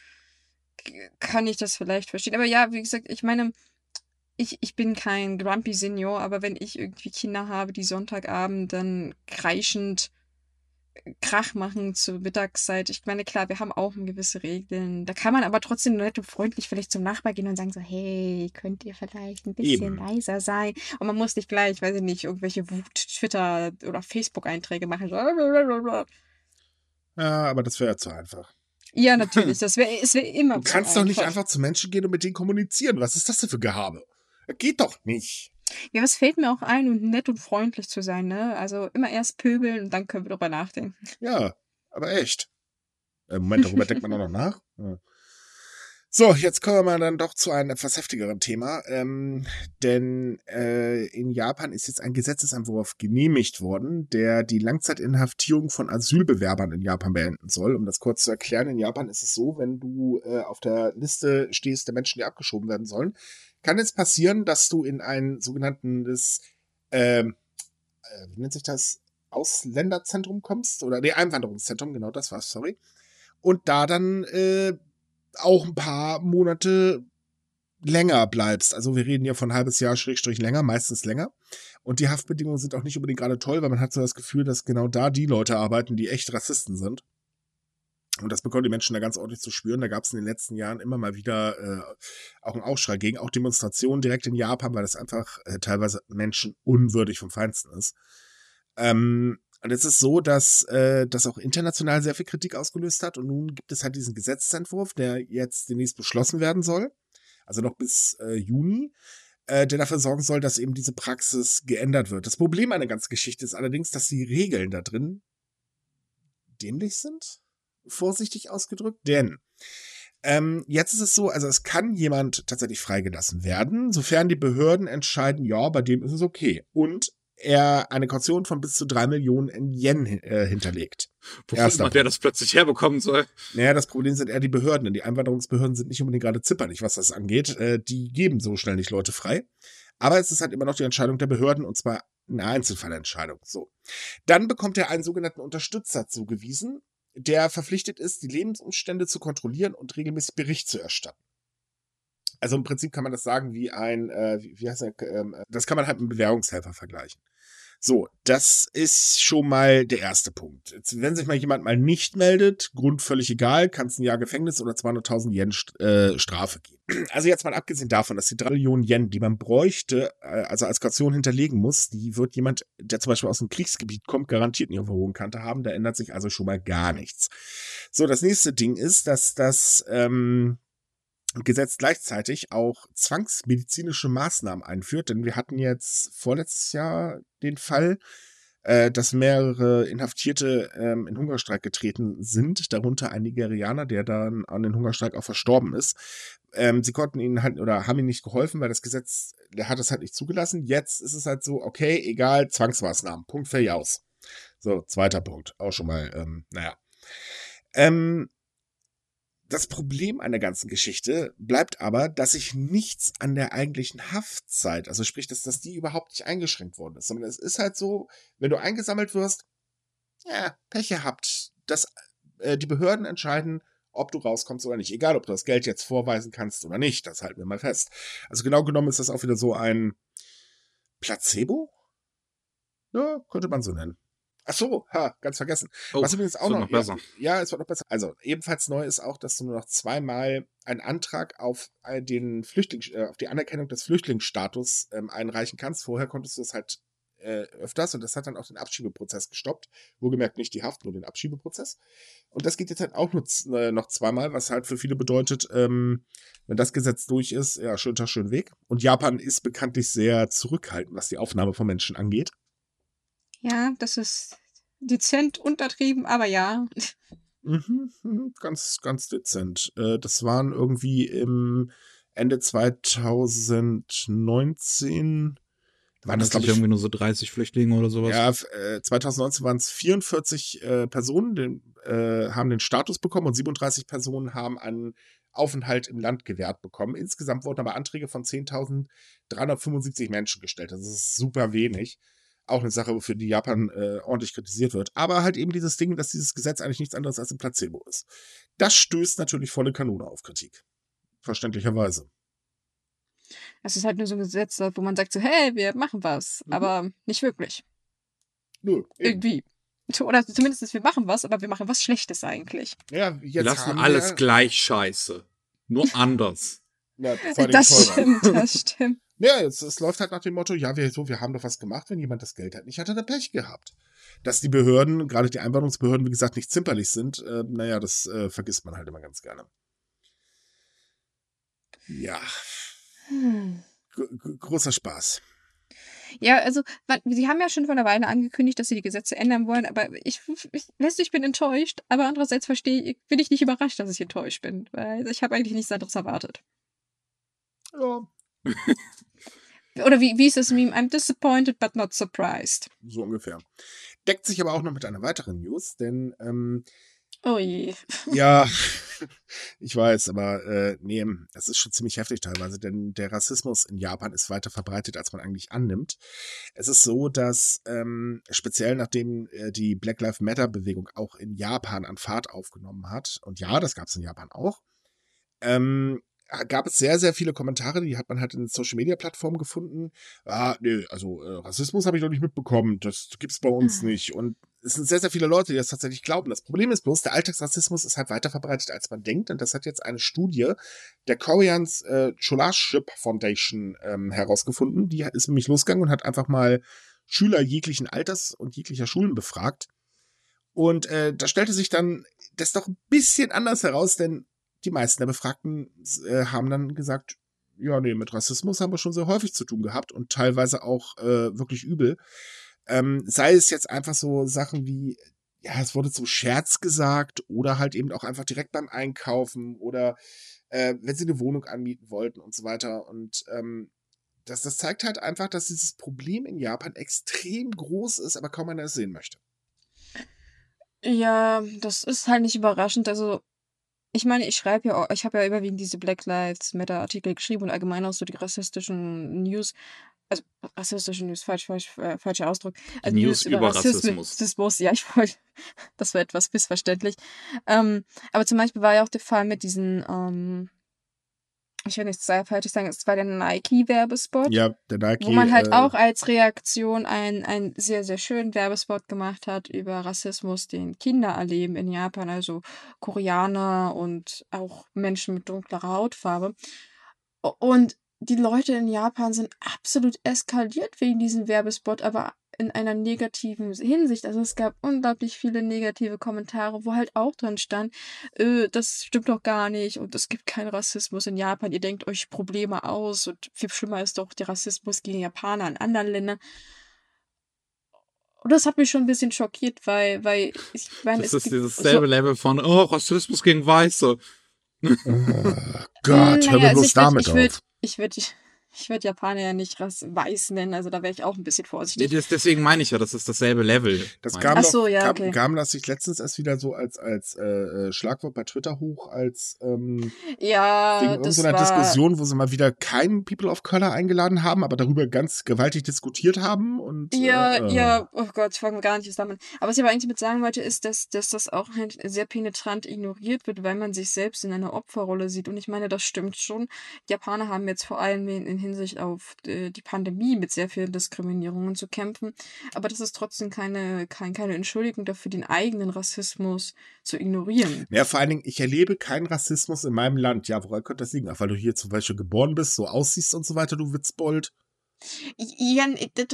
kann ich das vielleicht verstehen. Aber ja, wie gesagt, ich meine, ich bin kein Grumpy Senior, aber wenn ich irgendwie Kinder habe, die Sonntagabend dann kreischend Krach machen zur Mittagszeit. Ich meine, klar, wir haben auch gewisse Regeln. Da kann man aber trotzdem nett und freundlich vielleicht zum Nachbar gehen und sagen so, hey, könnt ihr vielleicht ein bisschen leiser sein? Und man muss nicht gleich, weiß ich nicht, irgendwelche Twitter- oder Facebook-Einträge machen. Ja, aber das wäre ja zu einfach. Ja, natürlich. Es wäre immer Du kannst doch nicht einfach zu Menschen gehen und mit denen kommunizieren. Was ist das denn für Gehabe? Das geht doch nicht. Ja, was fällt mir auch ein, und nett und freundlich zu sein, ne? Also immer erst pöbeln und dann können wir drüber nachdenken. Ja, aber echt. Moment, darüber denkt man auch noch nach. Ja. So, jetzt kommen wir mal dann doch zu einem etwas heftigeren Thema, denn in Japan ist jetzt ein Gesetzesentwurf genehmigt worden, der die Langzeitinhaftierung von Asylbewerbern in Japan beenden soll. Um das kurz zu erklären, in Japan ist es so, wenn du auf der Liste stehst der Menschen, die abgeschoben werden sollen, kann es passieren, dass du in ein sogenanntes, wie nennt sich das, Ausländerzentrum kommst, oder nee, Einwanderungszentrum, genau das war's, sorry, und da dann auch ein paar Monate länger bleibst. Also wir reden ja von ein halbes Jahr, Schrägstrich länger, meistens länger. Und die Haftbedingungen sind auch nicht unbedingt gerade toll, weil man hat so das Gefühl, dass genau da die Leute arbeiten, die echt Rassisten sind. Und das bekommen die Menschen da ganz ordentlich zu spüren. Da gab es in den letzten Jahren immer mal wieder auch einen Aufschrei gegen, auch Demonstrationen direkt in Japan, weil das einfach teilweise menschenunwürdig vom Feinsten ist. Und es ist so, dass das auch international sehr viel Kritik ausgelöst hat. Und nun gibt es halt diesen Gesetzesentwurf, der jetzt demnächst beschlossen werden soll, also noch bis Juni, der dafür sorgen soll, dass eben diese Praxis geändert wird. Das Problem an der ganzen Geschichte ist allerdings, dass die Regeln da drin dämlich sind, vorsichtig ausgedrückt, denn jetzt ist es so, also es kann jemand tatsächlich freigelassen werden, sofern die Behörden entscheiden, ja, bei dem ist es okay. Und er eine Kaution von bis zu 3 Millionen Yen hinterlegt. Wofür der das plötzlich herbekommen soll. Naja, das Problem sind eher die Behörden, denn die Einwanderungsbehörden sind nicht unbedingt gerade zimperlich, was das angeht. Die geben so schnell nicht Leute frei. Aber es ist halt immer noch die Entscheidung der Behörden, und zwar eine Einzelfallentscheidung. So. Dann bekommt er einen sogenannten Unterstützer zugewiesen, der verpflichtet ist, die Lebensumstände zu kontrollieren und regelmäßig Bericht zu erstatten. Also im Prinzip kann man das sagen wie ein, wie heißt das kann man halt mit einem Bewährungshelfer vergleichen. So, das ist schon mal der erste Punkt. Jetzt, wenn sich mal jemand mal nicht meldet, Grund völlig egal, kann es ein Jahr Gefängnis oder 200.000 Yen Strafe geben. Also jetzt mal abgesehen davon, dass die 3 Millionen Yen, die man bräuchte, also als Kaution hinterlegen muss, die wird jemand, der zum Beispiel aus einem Kriegsgebiet kommt, garantiert nicht auf der hohen Kante haben. Da ändert sich also schon mal gar nichts. So, das nächste Ding ist, dass das Gesetz gleichzeitig auch zwangsmedizinische Maßnahmen einführt, denn wir hatten jetzt vorletztes Jahr den Fall, dass mehrere Inhaftierte in Hungerstreik getreten sind, darunter ein Nigerianer, der dann an den Hungerstreik auch verstorben ist. Sie konnten ihnen halt oder haben ihnen nicht geholfen, weil das Gesetz, der hat es halt nicht zugelassen. Jetzt ist es halt so, okay, egal, Zwangsmaßnahmen, Punkt, fertig aus. So, zweiter Punkt, auch schon mal, naja. Das Problem an der ganzen Geschichte bleibt aber, dass sich nichts an der eigentlichen Haftzeit, also sprich, dass die überhaupt nicht eingeschränkt worden ist, sondern es ist halt so, wenn du eingesammelt wirst, ja, Pech gehabt, die Behörden entscheiden, ob du rauskommst oder nicht, egal ob du das Geld jetzt vorweisen kannst oder nicht, das halten wir mal fest. Also genau genommen ist das auch wieder so ein Placebo? Ja, könnte man so nennen. Ach so, ganz vergessen. Oh, was übrigens auch wird noch besser. Ja, es wird noch besser. Also, ebenfalls neu ist auch, dass du nur noch zweimal einen Antrag auf den auf die Anerkennung des Flüchtlingsstatus einreichen kannst. Vorher konntest du das halt öfters und das hat dann auch den Abschiebeprozess gestoppt. Wohlgemerkt nicht die Haft, nur den Abschiebeprozess. Und das geht jetzt halt auch nur noch zweimal, was halt für viele bedeutet, wenn das Gesetz durch ist, ja, schön Tag, schön Weg. Und Japan ist bekanntlich sehr zurückhaltend, was die Aufnahme von Menschen angeht. Ja, das ist dezent untertrieben, aber ja. Ganz, ganz dezent. Das waren irgendwie im Ende 2019. Waren das, glaube ich, irgendwie nur so 30 Flüchtlinge oder sowas? Ja, 2019 waren es 44 Personen, haben den Status bekommen und 37 Personen haben einen Aufenthalt im Land gewährt bekommen. Insgesamt wurden aber Anträge von 10.375 Menschen gestellt. Das ist super wenig. Auch eine Sache, für die Japan ordentlich kritisiert wird. Aber halt eben dieses Ding, dass dieses Gesetz eigentlich nichts anderes als ein Placebo ist. Das stößt natürlich volle Kanone auf Kritik. Verständlicherweise. Das ist halt nur so ein Gesetz, wo man sagt so, hey, wir machen was, aber nicht wirklich. Nö, irgendwie. Oder zumindest, wir machen was, aber wir machen was Schlechtes eigentlich. Ja, jetzt wir lassen alles gleich scheiße. Nur anders. Ja, das stimmt. Ja, es läuft halt nach dem Motto, ja, wir haben doch was gemacht, wenn jemand das Geld hat nicht, hat er Pech gehabt. Dass die Behörden, gerade die Einwanderungsbehörden, wie gesagt, nicht zimperlich sind, naja, das vergisst man halt immer ganz gerne. Ja. Großer Spaß. Ja, also, sie haben ja schon vor einer Weile angekündigt, dass sie die Gesetze ändern wollen, aber ich bin enttäuscht, aber andererseits bin ich nicht überrascht, dass ich enttäuscht bin, weil ich habe eigentlich nichts anderes erwartet. Ja. Oder wie ist das Meme? I'm disappointed, but not surprised. So ungefähr. Deckt sich aber auch noch mit einer weiteren News, denn oh je. Ja, ich weiß, aber nee, das ist schon ziemlich heftig teilweise, denn der Rassismus in Japan ist weiter verbreitet, als man eigentlich annimmt. Es ist so, dass speziell nachdem die Black Lives Matter Bewegung auch in Japan an Fahrt aufgenommen hat, und ja, das gab es in Japan auch, gab es sehr, sehr viele Kommentare, die hat man halt in Social-Media-Plattformen gefunden. Nee, also Rassismus habe ich noch nicht mitbekommen, das gibt's bei uns nicht. Und es sind sehr, sehr viele Leute, die das tatsächlich glauben. Das Problem ist bloß, der Alltagsrassismus ist halt weiter verbreitet, als man denkt. Und das hat jetzt eine Studie der Korean Scholarship Foundation herausgefunden. Die ist nämlich losgegangen und hat einfach mal Schüler jeglichen Alters und jeglicher Schulen befragt. Und da stellte sich dann das doch ein bisschen anders heraus, denn die meisten der Befragten haben dann gesagt, ja, nee, mit Rassismus haben wir schon sehr häufig zu tun gehabt und teilweise auch wirklich übel. Sei es jetzt einfach so Sachen wie, ja, es wurde zum Scherz gesagt oder halt eben auch einfach direkt beim Einkaufen oder wenn sie eine Wohnung anmieten wollten und so weiter. Und das zeigt halt einfach, dass dieses Problem in Japan extrem groß ist, aber kaum einer es sehen möchte. Ja, das ist halt nicht überraschend. Also, ich meine, ich habe ja überwiegend diese Black Lives Matter Artikel geschrieben und allgemein auch so die rassistischen News. Also, rassistische News, falscher Ausdruck. Also News über Rassismus. Ja, das war etwas missverständlich. Aber zum Beispiel war ja auch der Fall mit diesen ich will nichts falsch sagen, es war der Nike-Werbespot. Ja, der Nike. Wo man halt auch als Reaktion einen sehr, sehr schönen Werbespot gemacht hat über Rassismus, den Kinder erleben in Japan, also Koreaner und auch Menschen mit dunklerer Hautfarbe. Und die Leute in Japan sind absolut eskaliert wegen diesem Werbespot, aber in einer negativen Hinsicht. Also es gab unglaublich viele negative Kommentare, wo halt auch drin stand, das stimmt doch gar nicht und es gibt keinen Rassismus in Japan, ihr denkt euch Probleme aus und viel schlimmer ist doch der Rassismus gegen Japaner in anderen Ländern. Und das hat mich schon ein bisschen schockiert, weil ich meine, das ist dieses selbe Level von, Rassismus gegen Weiße. Oh Gott, hör mir bloß damit auf. Ich würde Japaner ja nicht weiß nennen, also da wäre ich auch ein bisschen vorsichtig. Deswegen meine ich ja, das ist dasselbe Level. Das kam das sich letztens erst wieder so als Schlagwort bei Twitter hoch, als wegen irgendeiner Diskussion, wo sie mal wieder keinen People of Color eingeladen haben, aber darüber ganz gewaltig diskutiert haben. Und, oh Gott, fangen wir gar nicht damit an. Aber was ich aber eigentlich mit sagen wollte, ist, dass das auch halt sehr penetrant ignoriert wird, weil man sich selbst in einer Opferrolle sieht. Und ich meine, das stimmt schon. Japaner haben jetzt vor allem in Hinsicht auf die Pandemie mit sehr vielen Diskriminierungen zu kämpfen. Aber das ist trotzdem keine Entschuldigung dafür, den eigenen Rassismus zu ignorieren. Ja, vor allen Dingen, ich erlebe keinen Rassismus in meinem Land. Ja, woran könnte das liegen? Ach, weil du hier zum Beispiel geboren bist, so aussiehst und so weiter, du Witzbold. Ja,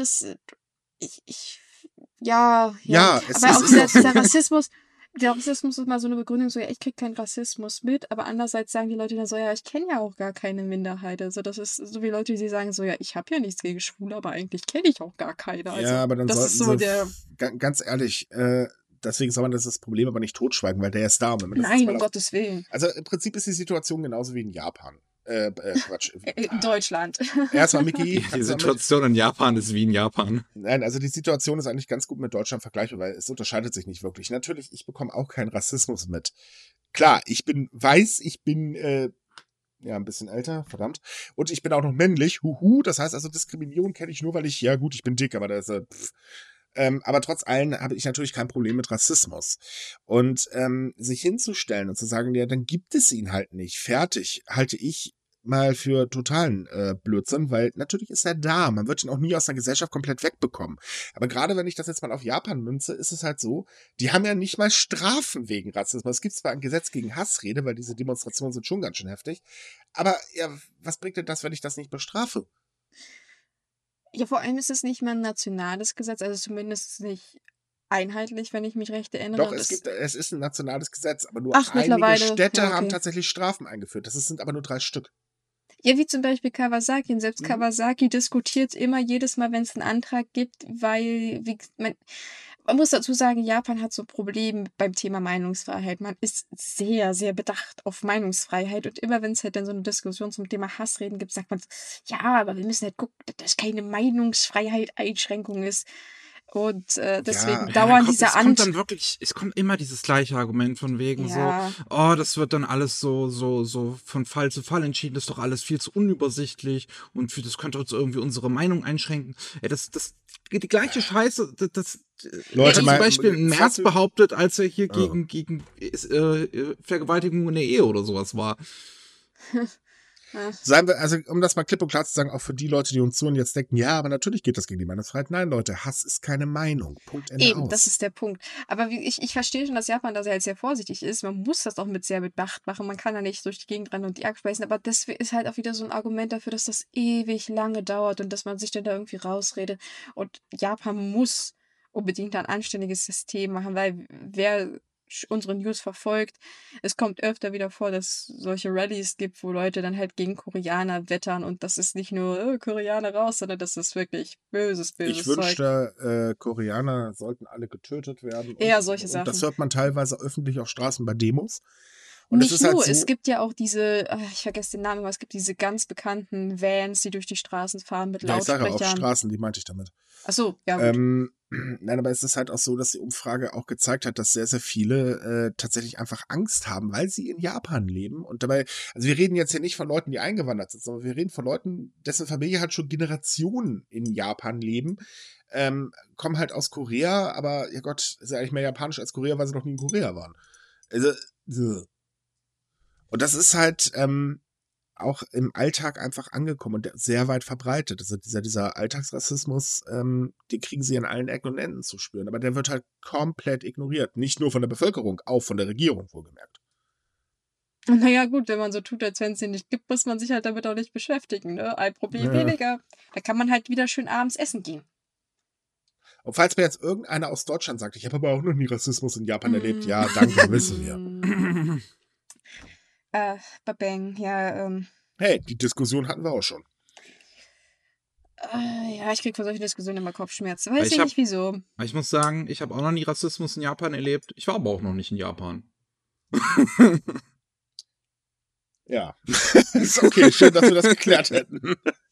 ja. Aber auch dieser Rassismus... Der Rassismus ist mal so eine Begründung, so, ja, ich krieg keinen Rassismus mit, aber andererseits sagen die Leute dann so, ja, ich kenne ja auch gar keine Minderheit. Also das ist so wie Leute, die sagen so, ja, ich habe ja nichts gegen Schwule, aber eigentlich kenne ich auch gar keine. Also, ja, aber dann das ist so der... Ganz ehrlich, deswegen soll man das Problem aber nicht totschweigen, weil der ist da. Nein, um Gottes Willen. Also im Prinzip ist die Situation genauso wie in Japan. Quatsch. In Deutschland. Erstmal, Micky. Die Situation in Japan ist wie in Japan. Nein, also die Situation ist eigentlich ganz gut mit Deutschland vergleichbar, weil es unterscheidet sich nicht wirklich. Natürlich, ich bekomme auch keinen Rassismus mit. Klar, ich bin weiß, ich bin ein bisschen älter, verdammt. Und ich bin auch noch männlich, Das heißt also, Diskriminierung kenne ich nur, weil ich bin dick, aber das ist aber trotz allem habe ich natürlich kein Problem mit Rassismus. Und sich hinzustellen und zu sagen, ja, dann gibt es ihn halt nicht. Fertig, halte ich mal für totalen Blödsinn, weil natürlich ist er da. Man wird ihn auch nie aus der Gesellschaft komplett wegbekommen. Aber gerade wenn ich das jetzt mal auf Japan münze, ist es halt so, die haben ja nicht mal Strafen wegen Rassismus. Es gibt zwar ein Gesetz gegen Hassrede, weil diese Demonstrationen sind schon ganz schön heftig. Aber ja, was bringt denn das, wenn ich das nicht bestrafe? Ja, vor allem ist es nicht mal ein nationales Gesetz, also zumindest nicht einheitlich, wenn ich mich recht erinnere. Doch, es ist ein nationales Gesetz, aber nur einige Städte haben tatsächlich Strafen eingeführt. Das sind aber nur 3 Stück. Ja, wie zum Beispiel Kawasaki. Und selbst Kawasaki diskutiert immer jedes Mal, wenn es einen Antrag gibt, weil man muss dazu sagen, Japan hat so Probleme beim Thema Meinungsfreiheit. Man ist sehr, sehr bedacht auf Meinungsfreiheit. Und immer wenn es halt dann so eine Diskussion zum Thema Hassreden gibt, sagt man, ja, aber wir müssen halt gucken, dass keine Meinungsfreiheit Einschränkung ist. Und deswegen dauern diese es kommt immer dieses gleiche Argument von wegen so, das wird dann alles so von Fall zu Fall entschieden, das ist doch alles viel zu unübersichtlich und das könnte uns irgendwie unsere Meinung einschränken. Das die gleiche Scheiße, das Leute, zum Beispiel Merz behauptet, als er hier gegen Vergewaltigung in der Ehe oder sowas war. Seien wir, also um das mal klipp und klar zu sagen, auch für die Leute, die uns zuhören, jetzt denken, ja, aber natürlich geht das gegen die Meinungsfreiheit. Nein, Leute, Hass ist keine Meinung. Punkt, Ende, Eben, aus. das ist der Punkt. Aber ich verstehe schon, dass Japan da halt sehr vorsichtig ist. Man muss das auch sehr mit Bedacht machen. Man kann da nicht durch die Gegend rennen und die abspeisen. Aber das ist halt auch wieder so ein Argument dafür, dass das ewig lange dauert und dass man sich dann da irgendwie rausredet. Und Japan muss unbedingt ein anständiges System machen, weil wer unsere News verfolgt, es kommt öfter wieder vor, dass es solche Rallyes gibt, wo Leute dann halt gegen Koreaner wettern und das ist nicht nur Koreaner raus, sondern das ist wirklich böses Ich wünschte, Koreaner sollten alle getötet werden. Ja, solche Sachen. Und das hört man teilweise öffentlich auf Straßen bei Demos. Und nicht nur, es gibt ja auch diese, ich vergesse den Namen, aber es gibt diese ganz bekannten Vans, die durch die Straßen fahren mit Lautsprechern. Ich sage auf Straßen, die meinte ich damit. Ach so, ja gut. Nein, aber es ist halt auch so, dass die Umfrage auch gezeigt hat, dass sehr, sehr viele tatsächlich einfach Angst haben, weil sie in Japan leben. Und dabei, also wir reden jetzt hier nicht von Leuten, die eingewandert sind, sondern wir reden von Leuten, dessen Familie halt schon Generationen in Japan leben, kommen halt aus Korea, aber ja Gott, ist ja eigentlich mehr japanisch als Korea, weil sie noch nie in Korea waren. Also, und das ist halt auch im Alltag einfach angekommen und sehr weit verbreitet. Also dieser Alltagsrassismus, den kriegen sie an allen Ecken und Enden zu spüren. Aber der wird halt komplett ignoriert. Nicht nur von der Bevölkerung, auch von der Regierung wohlgemerkt. Naja, gut, wenn man so tut, als wenn es ihn nicht gibt, muss man sich halt damit auch nicht beschäftigen, ne? Ein Problem weniger. Da kann man halt wieder schön abends essen gehen. Und falls mir jetzt irgendeiner aus Deutschland sagt, ich habe aber auch noch nie Rassismus in Japan erlebt, ja, danke, wissen wir. Babang, ja, Hey, die Diskussion hatten wir auch schon. ja, ich krieg von solchen Diskussionen immer Kopfschmerzen. Weiß ich nicht wieso. Ich muss sagen, ich habe auch noch nie Rassismus in Japan erlebt. Ich war aber auch noch nicht in Japan. Ja, ist okay, schön, dass wir das geklärt hätten.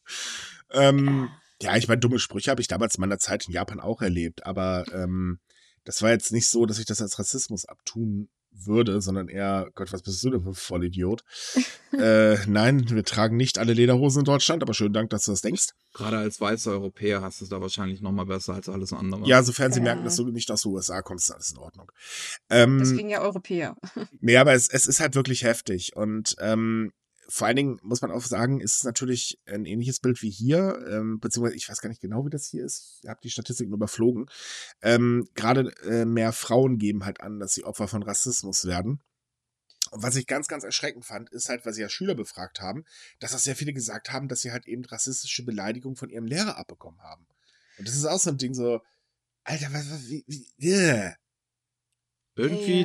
Ja, ich meine, dumme Sprüche habe ich damals in meiner Zeit in Japan auch erlebt, aber das war jetzt nicht so, dass ich das als Rassismus abtun würde, sondern eher, Gott, was bist du denn für ein Vollidiot? Nein, wir tragen nicht alle Lederhosen in Deutschland, aber schönen Dank, dass du das denkst. Gerade als weißer Europäer hast du es da wahrscheinlich noch mal besser als alles andere. Ja, sofern sie merken, dass du nicht aus den USA kommst, ist alles in Ordnung. Deswegen ja Europäer. Nee, aber es ist halt wirklich heftig und vor allen Dingen muss man auch sagen, ist es natürlich ein ähnliches Bild wie hier, beziehungsweise ich weiß gar nicht genau, wie das hier ist. Ich habe die Statistiken überflogen. Gerade mehr Frauen geben halt an, dass sie Opfer von Rassismus werden. Und was ich ganz, ganz erschreckend fand, ist halt, weil sie ja Schüler befragt haben, dass auch sehr viele gesagt haben, dass sie halt eben rassistische Beleidigungen von ihrem Lehrer abbekommen haben. Und das ist auch so ein Ding so, Alter, wie yeah. Irgendwie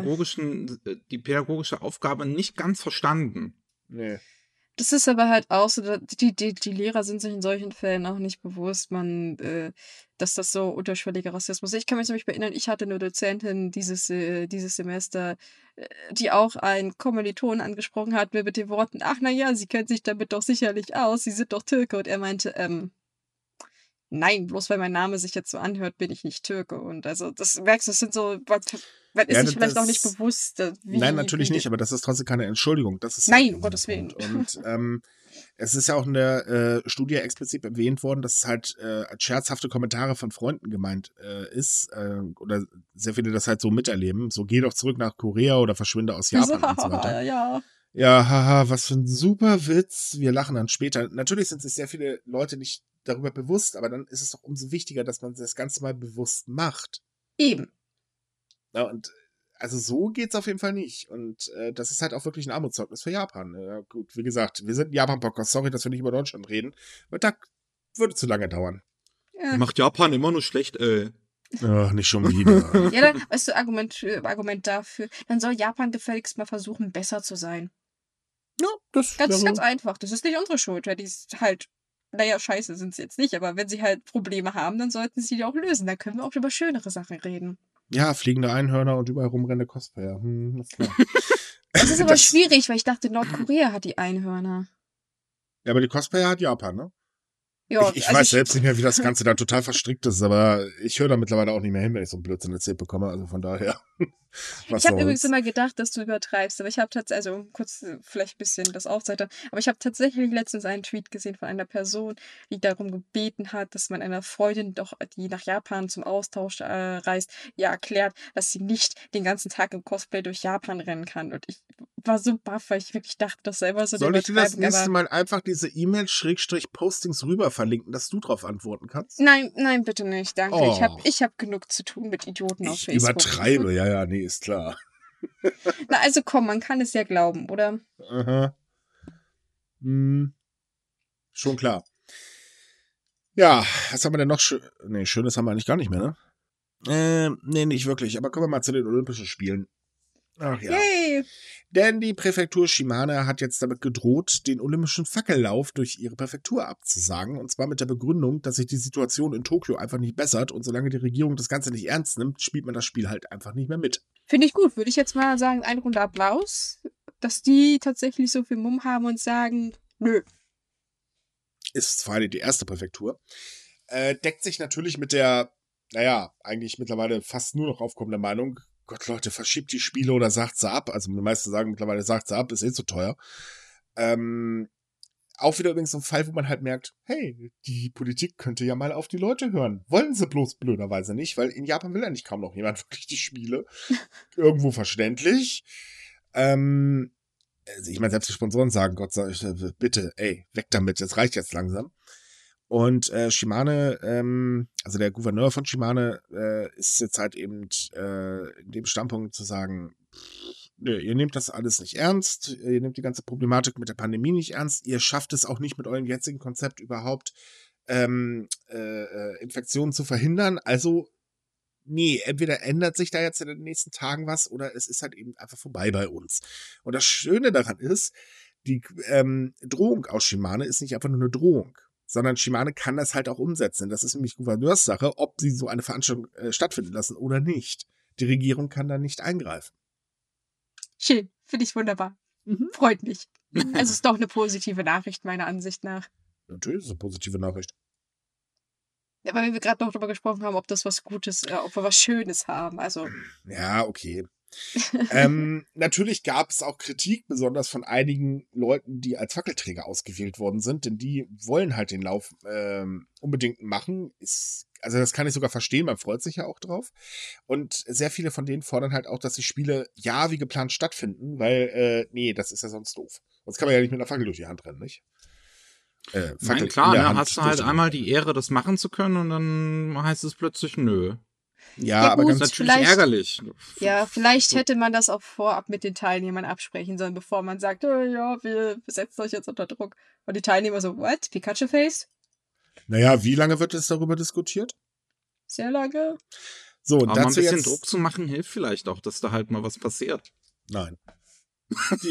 die pädagogische Aufgabe nicht ganz verstanden. Nee. Das ist aber halt auch so, die Lehrer sind sich in solchen Fällen auch nicht bewusst, dass das so unterschwelliger Rassismus ist. Ich kann mich nämlich erinnern, ich hatte eine Dozentin dieses Semester, die auch einen Kommilitonen angesprochen hat mit den Worten, ach na ja, sie kennt sich damit doch sicherlich aus, sie sind doch Türke. Und er meinte, nein, bloß weil mein Name sich jetzt so anhört, bin ich nicht Türke. Und also das merkst du, das sind so, man ist sich vielleicht auch nicht bewusst. Nein, natürlich nicht, aber das ist trotzdem keine Entschuldigung. Das ist nein, um Gottes Willen. Und es ist ja auch in der Studie explizit erwähnt worden, dass es halt als scherzhafte Kommentare von Freunden gemeint ist, oder sehr viele das halt so miterleben. So, geh doch zurück nach Korea oder verschwinde aus Japan und so weiter. Ja. Ja, haha, was für ein super Witz. Wir lachen dann später. Natürlich sind sich sehr viele Leute nicht darüber bewusst, aber dann ist es doch umso wichtiger, dass man das Ganze mal bewusst macht. Eben. Ja, und also so geht's auf jeden Fall nicht. Und das ist halt auch wirklich ein Armutszeugnis für Japan. Ja, gut, wie gesagt, wir sind ein Japan-Podcast. Sorry, dass wir nicht über Deutschland reden. Aber das würde zu lange dauern. Ja. Macht Japan immer nur schlecht, Ach, nicht schon wieder. Ja, dann, weißt du, Argument dafür, dann soll Japan gefälligst mal versuchen, besser zu sein. Ja, das ist ganz einfach. Das ist nicht unsere Schuld, weil die ist halt, naja, scheiße sind sie jetzt nicht, aber wenn sie halt Probleme haben, dann sollten sie die auch lösen. Dann können wir auch über schönere Sachen reden. Ja, fliegende Einhörner und überall rumrennende Cosplayer. Das ist klar. Das ist aber schwierig, weil ich dachte, Nordkorea hat die Einhörner. Ja, aber die Cosplayer hat Japan, ne? Ja, ich weiß selbst nicht mehr, wie das Ganze da total verstrickt ist, aber ich höre da mittlerweile auch nicht mehr hin, wenn ich so einen Blödsinn erzählt bekomme, also von daher. Ich habe übrigens immer gedacht, dass du übertreibst, aber ich habe tatsächlich, also kurz vielleicht ein bisschen das aufzeiten, aber ich habe tatsächlich letztens einen Tweet gesehen von einer Person, die darum gebeten hat, dass man einer Freundin, die nach Japan zum Austausch reist, ja erklärt, dass sie nicht den ganzen Tag im Cosplay durch Japan rennen kann. Und ich war so baff, weil ich wirklich dachte, das selber so. Soll ich dir das nächste Mal einfach diese E-Mail-Postings rüber verlinken, dass du drauf antworten kannst? Nein, bitte nicht, danke. Oh. Ich hab genug zu tun mit Idioten auf Facebook. Ich übertreibe, ja, nee, ist klar. Na, also komm, man kann es ja glauben, oder? Aha. Schon klar. Ja, was haben wir denn noch? Schönes haben wir eigentlich gar nicht mehr, ne? Nee, nicht wirklich. Aber kommen wir mal zu den Olympischen Spielen. Ach ja. Yay! Denn die Präfektur Shimane hat jetzt damit gedroht, den Olympischen Fackellauf durch ihre Präfektur abzusagen. Und zwar mit der Begründung, dass sich die Situation in Tokio einfach nicht bessert. Und solange die Regierung das Ganze nicht ernst nimmt, spielt man das Spiel halt einfach nicht mehr mit. Finde ich gut. Würde ich jetzt mal sagen, eine Runde Applaus, dass die tatsächlich so viel Mumm haben und sagen, nö. Ist vor allem die erste Präfektur. Deckt sich natürlich mit der, eigentlich mittlerweile fast nur noch aufkommende Meinung, Gott, Leute, verschiebt die Spiele oder sagt sie ab. Also die meisten sagen mittlerweile, sagt sie ab, ist zu teuer. Auch wieder übrigens so ein Fall, wo man halt merkt, hey, die Politik könnte ja mal auf die Leute hören. Wollen sie bloß blöderweise nicht, weil in Japan will eigentlich kaum noch jemand wirklich die Spiele. Irgendwo verständlich. ich meine, selbst die Sponsoren sagen, Gott sei Dank, bitte, ey, weg damit, das reicht jetzt langsam. Und Shimane, also der Gouverneur von Shimane, ist jetzt halt eben in dem Standpunkt zu sagen, nö, ihr nehmt das alles nicht ernst, ihr nehmt die ganze Problematik mit der Pandemie nicht ernst, ihr schafft es auch nicht mit eurem jetzigen Konzept überhaupt, Infektionen zu verhindern. Also, nee, entweder ändert sich da jetzt in den nächsten Tagen was oder es ist halt eben einfach vorbei bei uns. Und das Schöne daran ist, die Drohung aus Shimane ist nicht einfach nur eine Drohung, sondern Shimane kann das halt auch umsetzen. Das ist nämlich Gouverneurssache, ob sie so eine Veranstaltung stattfinden lassen oder nicht. Die Regierung kann da nicht eingreifen. Schön, finde ich wunderbar. Freut mich. Also ist doch eine positive Nachricht, meiner Ansicht nach. Natürlich ist es eine positive Nachricht. Ja, weil wir gerade noch darüber gesprochen haben, ob das was Gutes, ob wir was Schönes haben. Also. Ja, okay. Natürlich gab es auch Kritik, besonders von einigen Leuten, die als Fackelträger ausgewählt worden sind, denn die wollen halt den Lauf unbedingt machen. Also das kann ich sogar verstehen, man freut sich ja auch drauf. Und sehr viele von denen fordern halt auch, dass die Spiele ja wie geplant stattfinden, weil, nee, das ist ja sonst doof. Sonst kann man ja nicht mit einer Fackel durch die Hand rennen, nicht? Nein, klar, ne, hast du halt einmal die Ehre, das machen zu können und dann heißt es plötzlich nö. Ja, aber ganz natürlich ärgerlich. Ja, vielleicht hätte man das auch vorab mit den Teilnehmern absprechen sollen, bevor man sagt, oh ja, wir setzen euch jetzt unter Druck. Und die Teilnehmer so, what? Pikachu-Face? Naja, wie lange wird es darüber diskutiert? Sehr lange. So, und aber dazu ein bisschen jetzt Druck zu machen hilft vielleicht auch, dass da halt mal was passiert. Nein. Die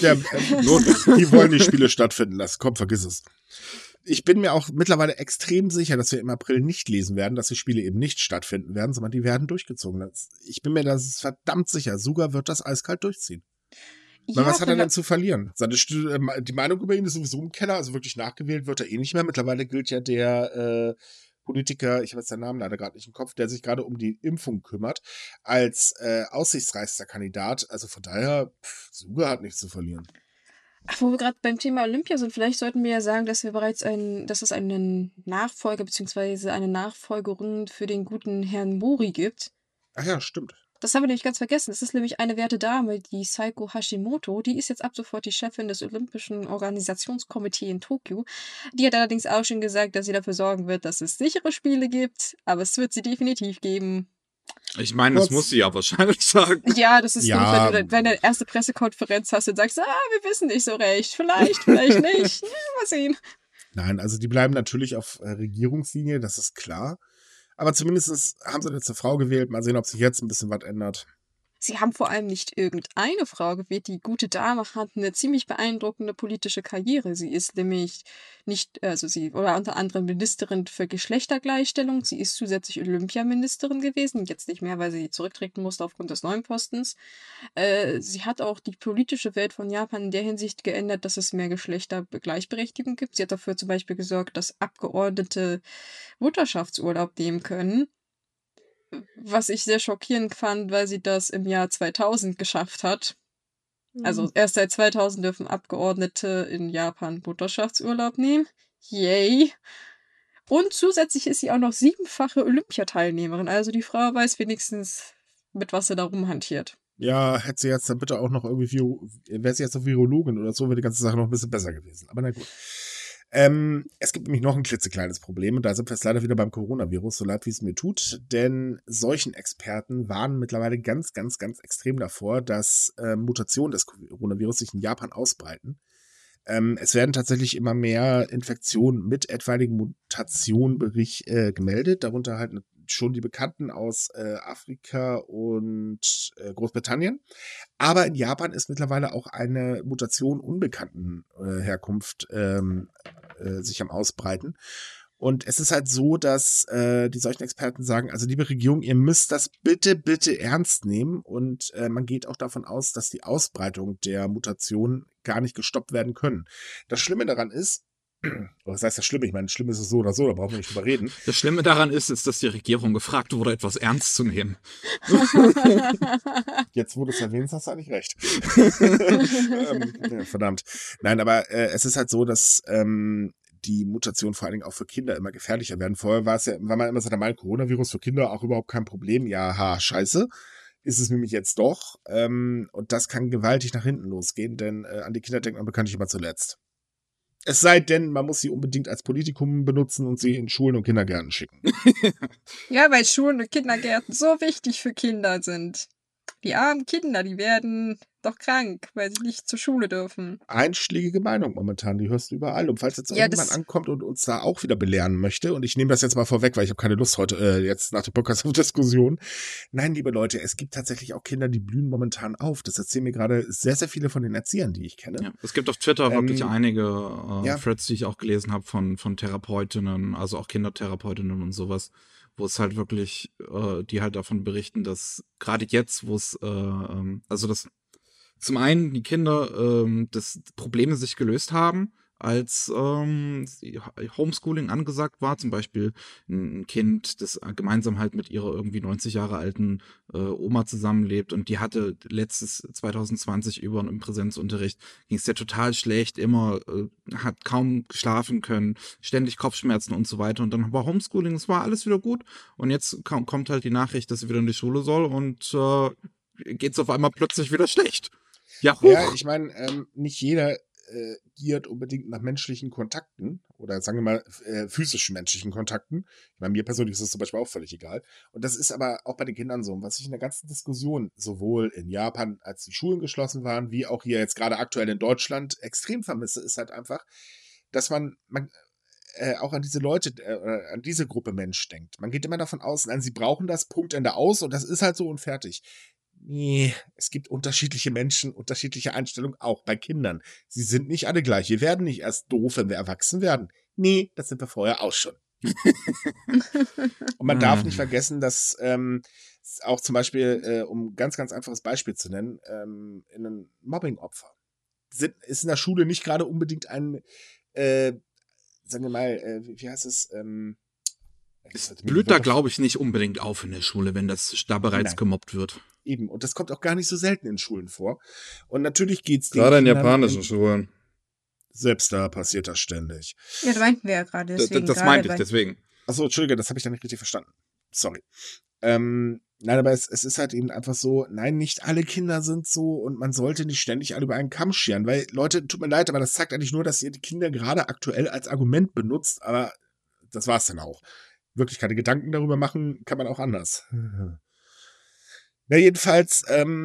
wollen die Spiele stattfinden lassen. Komm, vergiss es. Ich bin mir auch mittlerweile extrem sicher, dass wir im April nicht lesen werden, dass die Spiele eben nicht stattfinden werden, sondern die werden durchgezogen. Ich bin mir da verdammt sicher. Suga wird das eiskalt durchziehen. Ja, weil was hat er denn zu verlieren? Die Meinung über ihn ist sowieso im Keller, also wirklich nachgewählt wird er eh nicht mehr. Mittlerweile gilt ja der Politiker, ich habe jetzt den Namen leider gerade nicht im Kopf, der sich gerade um die Impfung kümmert, als aussichtsreichster Kandidat. Also von daher, Suga hat nichts zu verlieren. Ach, wo wir gerade beim Thema Olympia sind, vielleicht sollten wir ja sagen, dass wir bereits dass es einen Nachfolger bzw. eine Nachfolgerin für den guten Herrn Mori gibt. Ach ja, stimmt. Das haben wir nämlich ganz vergessen. Das ist nämlich eine werte Dame, die Saiko Hashimoto. Die ist jetzt ab sofort die Chefin des Olympischen Organisationskomitees in Tokio. Die hat allerdings auch schon gesagt, dass sie dafür sorgen wird, dass es sichere Spiele gibt. Aber es wird sie definitiv geben. Ich meine, das muss sie ja wahrscheinlich sagen. Ja, das ist ja, wenn du eine erste Pressekonferenz hast und sagst, wir wissen nicht so recht. Vielleicht nicht. Ja, mal sehen. Nein, also die bleiben natürlich auf Regierungslinie, das ist klar. Aber zumindest haben sie jetzt eine Frau gewählt. Mal sehen, ob sich jetzt ein bisschen was ändert. Sie haben vor allem nicht irgendeine Frau gewählt. Die gute Dame hat eine ziemlich beeindruckende politische Karriere. Sie ist nämlich oder unter anderem Ministerin für Geschlechtergleichstellung. Sie ist zusätzlich Olympiaministerin gewesen. Jetzt nicht mehr, weil sie zurücktreten musste aufgrund des neuen Postens. Sie hat auch die politische Welt von Japan in der Hinsicht geändert, dass es mehr Geschlechtergleichberechtigung gibt. Sie hat dafür zum Beispiel gesorgt, dass Abgeordnete Mutterschaftsurlaub nehmen können. Was ich sehr schockierend fand, weil sie das im Jahr 2000 geschafft hat. Also erst seit 2000 dürfen Abgeordnete in Japan Mutterschaftsurlaub nehmen. Yay! Und zusätzlich ist sie auch noch 7-fache Olympiateilnehmerin. Also die Frau weiß wenigstens, mit was sie da rumhantiert. Ja, hätte sie jetzt dann bitte auch noch irgendwie, wäre sie jetzt noch Virologin oder so, wäre die ganze Sache noch ein bisschen besser gewesen. Aber na gut. Es gibt nämlich noch ein klitzekleines Problem und da sind wir jetzt leider wieder beim Coronavirus, so leid wie es mir tut, denn Seuchenexperten warnen mittlerweile ganz, ganz, ganz extrem davor, dass Mutationen des Coronavirus sich in Japan ausbreiten. Es werden tatsächlich immer mehr Infektionen mit etwaigen Mutationen gemeldet, darunter halt schon die Bekannten aus Afrika und Großbritannien. Aber in Japan ist mittlerweile auch eine Mutation unbekannten Herkunft sich am Ausbreiten. Und es ist halt so, dass die solchen Experten sagen, also liebe Regierung, ihr müsst das bitte, bitte ernst nehmen. Und man geht auch davon aus, dass die Ausbreitung der Mutationen gar nicht gestoppt werden können. Das Schlimme daran ist, was heißt das Schlimme? Ich meine, schlimm ist es so oder so, da brauchen wir nicht drüber reden. Das Schlimme daran ist, dass die Regierung gefragt wurde, etwas ernst zu nehmen. Jetzt, wo du es erwähnst, hast du eigentlich recht. Verdammt. Nein, aber es ist halt so, dass die Mutationen vor allen Dingen auch für Kinder immer gefährlicher werden. Vorher war man immer so der Meinung, Coronavirus für Kinder auch überhaupt kein Problem. Ja, scheiße. ist es nämlich jetzt doch. Und das kann gewaltig nach hinten losgehen, denn an die Kinder denkt man bekanntlich immer zuletzt. Es sei denn, man muss sie unbedingt als Politikum benutzen und sie in Schulen und Kindergärten schicken. Ja, weil Schulen und Kindergärten so wichtig für Kinder sind. Die armen Kinder, die werden doch krank, weil sie nicht zur Schule dürfen. Einschlägige Meinung momentan, die hörst du überall. Und falls jetzt irgendjemand ankommt und uns da auch wieder belehren möchte, und ich nehme das jetzt mal vorweg, weil ich habe keine Lust heute, jetzt nach dem Podcast auf Diskussion. Nein, liebe Leute, es gibt tatsächlich auch Kinder, die blühen momentan auf. Das erzählen mir gerade sehr, sehr viele von den Erziehern, die ich kenne. Ja, es gibt auf Twitter wirklich einige Threads, die ich auch gelesen habe von Therapeutinnen, also auch Kindertherapeutinnen und sowas, wo es halt wirklich, die halt davon berichten, dass gerade jetzt, wo es, also dass zum einen die Kinder das Probleme sich gelöst haben, als Homeschooling angesagt war, zum Beispiel ein Kind, das gemeinsam halt mit ihrer irgendwie 90 Jahre alten Oma zusammenlebt und die hatte letztes 2020 über im Präsenzunterricht, ging es ja total schlecht, immer hat kaum geschlafen können, ständig Kopfschmerzen und so weiter und dann war Homeschooling, es war alles wieder gut und jetzt kommt halt die Nachricht, dass sie wieder in die Schule soll und geht's auf einmal plötzlich wieder schlecht. Ja, ich meine, nicht jeder giert unbedingt nach menschlichen Kontakten oder sagen wir mal physischen menschlichen Kontakten. Ich meine, mir persönlich ist das zum Beispiel auch völlig egal. Und das ist aber auch bei den Kindern so. Und was ich in der ganzen Diskussion sowohl in Japan, als die Schulen geschlossen waren, wie auch hier jetzt gerade aktuell in Deutschland extrem vermisse, ist halt einfach, dass man auch an diese Leute, an diese Gruppe Mensch denkt. Man geht immer davon aus, nein, sie brauchen das, Punkt, Ende aus und das ist halt so und fertig. Nee, es gibt unterschiedliche Menschen, unterschiedliche Einstellungen, auch bei Kindern. Sie sind nicht alle gleich. Wir werden nicht erst doof, wenn wir erwachsen werden. Nee, das sind wir vorher auch schon. Und man darf nicht vergessen, dass auch zum Beispiel, um ein ganz, ganz einfaches Beispiel zu nennen, in einem Mobbing-Opfer ist in der Schule nicht gerade unbedingt ein, sagen wir mal, wie heißt es, es blüht da, glaube ich, nicht unbedingt auf in der Schule, wenn das da bereits gemobbt wird. Eben, und das kommt auch gar nicht so selten in Schulen vor. Und natürlich geht's den gerade in japanischen Schulen. Selbst da passiert das ständig. Ja, das meinten wir ja gerade. Das meinte ich, deswegen. Achso, Entschuldige, das habe ich dann nicht richtig verstanden. Sorry. Nein, aber es ist halt eben einfach so, nein, nicht alle Kinder sind so und man sollte nicht ständig alle über einen Kamm scheren, weil, Leute, tut mir leid, aber das zeigt eigentlich nur, dass ihr die Kinder gerade aktuell als Argument benutzt, aber das war's dann auch. Wirklich keine Gedanken darüber machen, kann man auch anders. Na, jedenfalls,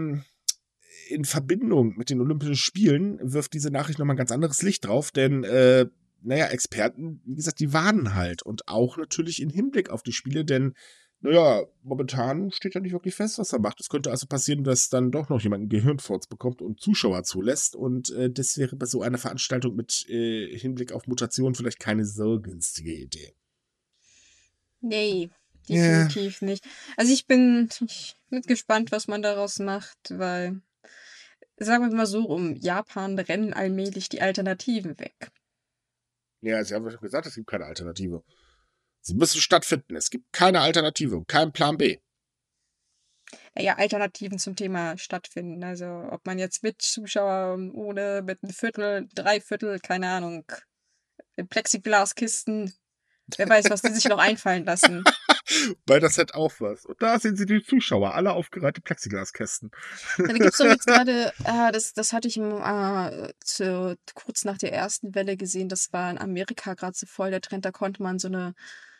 in Verbindung mit den Olympischen Spielen wirft diese Nachricht nochmal ein ganz anderes Licht drauf, denn, Experten, wie gesagt, die warnen halt und auch natürlich in Hinblick auf die Spiele, denn, momentan steht ja nicht wirklich fest, was er macht. Es könnte also passieren, dass dann doch noch jemand einen Gehirnfurz bekommt und Zuschauer zulässt und das wäre bei so einer Veranstaltung mit Hinblick auf Mutation vielleicht keine so günstige Idee. Nee, definitiv nicht. Also ich bin gespannt, was man daraus macht, weil, sagen wir mal so, Japan rennen allmählich die Alternativen weg. Ja, Sie haben ja schon gesagt, es gibt keine Alternative. Sie müssen stattfinden. Es gibt keine Alternative und keinen Plan B. Ja, Alternativen zum Thema stattfinden. Also ob man jetzt mit Zuschauern, ohne, mit einem Viertel, Dreiviertel, keine Ahnung, in Plexiglaskisten. Wer weiß, was die sich noch einfallen lassen. Weil das hat auch was. Und da sehen Sie die Zuschauer, alle aufgereihte Plexiglaskästen. Ja, da gibt es doch jetzt gerade, das hatte ich kurz nach der ersten Welle gesehen, das war in Amerika gerade so voll der Trend, da konnte man so eine,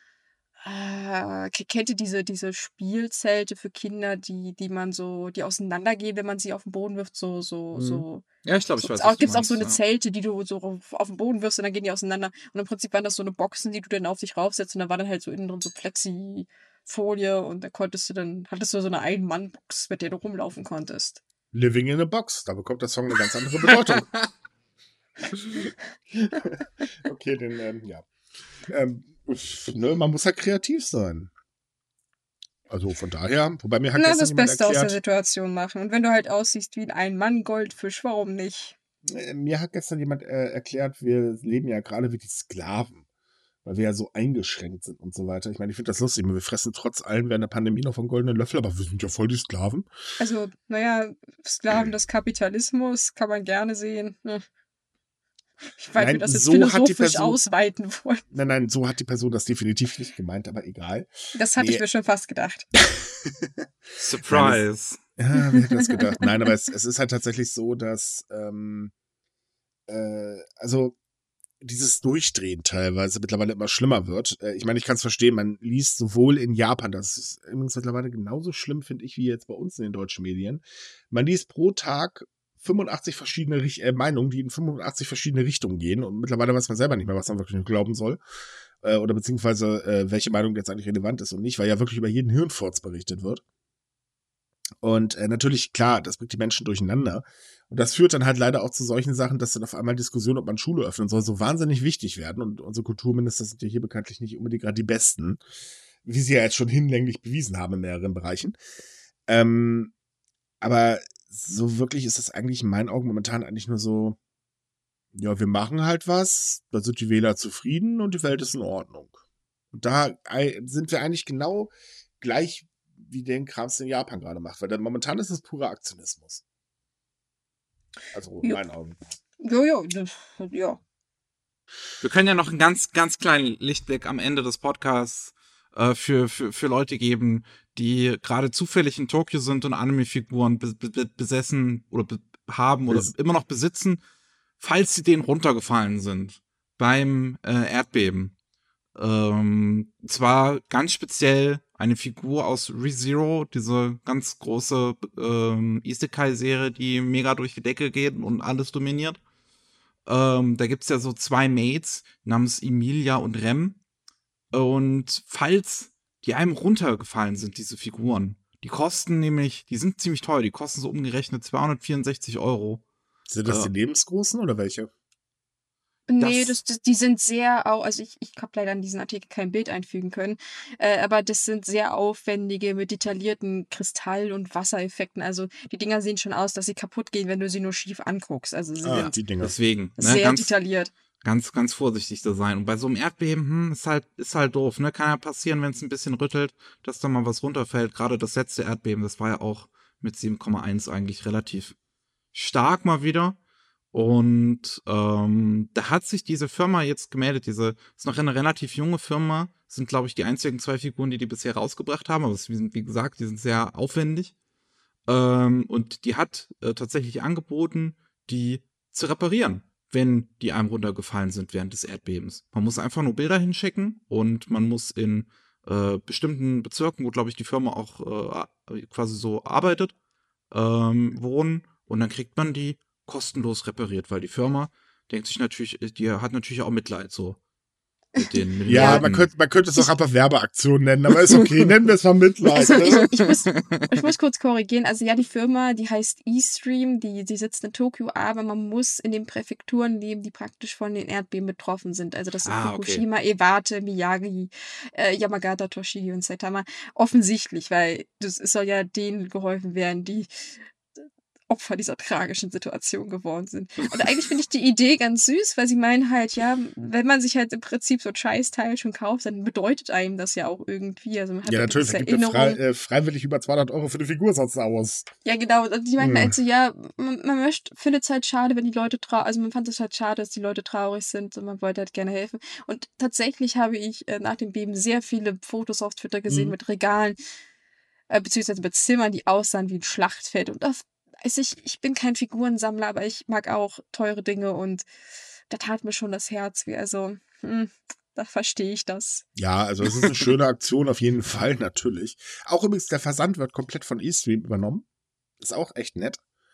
kennt ihr diese Spielzelte für Kinder, die auseinandergehen, wenn man sie auf den Boden wirft, so. Ja, ich glaube, ich weiß. Gibt es auch so eine Zelte, die du so auf den Boden wirfst und dann gehen die auseinander. Und im Prinzip waren das so eine Boxen, die du dann auf dich raufsetzt und da war dann halt so innen drin so Plexifolie und da hattest du so eine Ein-Mann-Box, mit der du rumlaufen konntest. Living in a Box, da bekommt der Song eine ganz andere Bedeutung. Okay, ja. Man muss halt kreativ sein. Also von daher, wobei mir hat das Beste aus der Situation machen. Und wenn du halt aussiehst wie ein Ein-Mann-Goldfisch, warum nicht? Mir hat gestern jemand erklärt, wir leben ja gerade wie die Sklaven, weil wir ja so eingeschränkt sind und so weiter. Ich meine, ich finde das lustig, wir fressen trotz allem während der Pandemie noch von goldenen Löffel, aber wir sind ja voll die Sklaven. Also, Sklaven des Kapitalismus kann man gerne sehen. Ich weiß, wie das jetzt so philosophisch ausweiten wollen. Nein, so hat die Person das definitiv nicht gemeint, aber egal. Das hatte ich mir schon fast gedacht. Surprise. Ja, wer hätte das gedacht? Nein, aber es ist halt tatsächlich so, dass also dieses Durchdrehen teilweise mittlerweile immer schlimmer wird. Ich meine, ich kann es verstehen, man liest sowohl in Japan, das ist übrigens mittlerweile genauso schlimm, finde ich, wie jetzt bei uns in den deutschen Medien. Man liest pro Tag 85 verschiedene Meinungen, die in 85 verschiedene Richtungen gehen. Und mittlerweile weiß man selber nicht mehr, was man wirklich glauben soll. Oder beziehungsweise welche Meinung jetzt eigentlich relevant ist und nicht, weil ja wirklich über jeden Hirnfurz berichtet wird. Und natürlich, klar, das bringt die Menschen durcheinander. Und das führt dann halt leider auch zu solchen Sachen, dass dann auf einmal Diskussionen, ob man Schule öffnen soll, so wahnsinnig wichtig werden. Und unsere Kulturminister sind ja hier bekanntlich nicht unbedingt gerade die Besten, wie sie ja jetzt schon hinlänglich bewiesen haben in mehreren Bereichen. Aber so wirklich ist das eigentlich in meinen Augen momentan eigentlich nur so, ja, wir machen halt was, da sind die Wähler zufrieden und die Welt ist in Ordnung. Und da sind wir eigentlich genau gleich wie den Krams in Japan gerade macht, weil momentan ist es purer Aktionismus. Also in meinen Augen. Ja. Wir können ja noch einen ganz, ganz kleinen Lichtblick am Ende des Podcasts für Leute geben, die gerade zufällig in Tokio sind und Anime-Figuren besessen oder haben oder immer noch besitzen, falls sie denen runtergefallen sind beim Erdbeben. Zwar ganz speziell eine Figur aus ReZero, diese ganz große Isekai-Serie, die mega durch die Decke geht und alles dominiert. Da gibt's ja so 2 Mates namens Emilia und Rem. Und falls die einem runtergefallen sind, diese Figuren, die kosten nämlich, die sind ziemlich teuer, die kosten so umgerechnet 264 €. Sind das die lebensgroßen oder welche? Nee, die sind sehr, also ich habe leider an diesen Artikel kein Bild einfügen können, aber das sind sehr aufwendige mit detaillierten Kristall- und Wassereffekten. Also die Dinger sehen schon aus, dass sie kaputt gehen, wenn du sie nur schief anguckst. Also sie sind die Dinger. Deswegen, sehr ganz detailliert. Ganz, ganz vorsichtig da sein. Und bei so einem Erdbeben, ist halt doof, ne? Kann ja passieren, wenn es ein bisschen rüttelt, dass da mal was runterfällt. Gerade das letzte Erdbeben, das war ja auch mit 7,1 eigentlich relativ stark mal wieder. Und da hat sich diese Firma jetzt gemeldet. Ist noch eine relativ junge Firma. Sind, glaube ich, die einzigen 2 Figuren, die bisher rausgebracht haben. Aber wie gesagt, die sind sehr aufwendig. Und die hat tatsächlich angeboten, die zu reparieren, wenn die einem runtergefallen sind während des Erdbebens. Man muss einfach nur Bilder hinschicken und man muss in bestimmten Bezirken, wo, glaube ich, die Firma auch quasi so arbeitet, wohnen. Und dann kriegt man die kostenlos repariert, weil die Firma denkt sich natürlich, die hat natürlich auch Mitleid so mit den Ja, man könnte es auch einfach Werbeaktion nennen, aber ist okay, nennen wir es mal Mitleid. Also ne? ich muss kurz korrigieren. Also ja, die Firma, die heißt eStream, die sitzt in Tokio, aber man muss in den Präfekturen leben, die praktisch von den Erdbeben betroffen sind. Also das sind Fukushima, okay. Iwate, Miyagi, Yamagata, Toshigi und Saitama. Offensichtlich, weil es soll ja denen geholfen werden, die Opfer dieser tragischen Situation geworden sind. Und eigentlich finde ich die Idee ganz süß, weil sie meinen halt, ja, wenn man sich halt im Prinzip so ein Scheißteil schon kauft, dann bedeutet einem das ja auch irgendwie. Also man hat ja, natürlich, man gibt freiwillig über 200 € für den Figursatz aus. Ja, genau. Und die meinten halt so, ja, man findet es halt schade, wenn die Leute also man fand es halt schade, dass die Leute traurig sind und man wollte halt gerne helfen. Und tatsächlich habe ich nach dem Beben sehr viele Fotos auf Twitter gesehen mit Regalen, beziehungsweise mit Zimmern, die aussahen wie ein Schlachtfeld. Und das ich bin kein Figurensammler, aber ich mag auch teure Dinge und da tat mir schon das Herz weh. Also, da verstehe ich das. Ja, also es ist eine schöne Aktion auf jeden Fall, natürlich. Auch übrigens, der Versand wird komplett von eStream übernommen. Ist auch echt nett.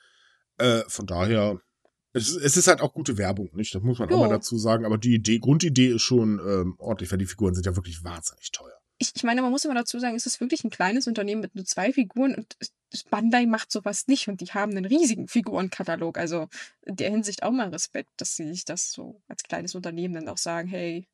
Von daher, es ist halt auch gute Werbung, nicht? Das muss man auch mal dazu sagen. Aber die Grundidee ist schon ordentlich, weil die Figuren sind ja wirklich wahnsinnig teuer. Ich meine, man muss immer dazu sagen, es ist wirklich ein kleines Unternehmen mit nur 2 Figuren und Bandai macht sowas nicht und die haben einen riesigen Figurenkatalog. Also in der Hinsicht auch mal Respekt, dass sie sich das so als kleines Unternehmen dann auch sagen, hey.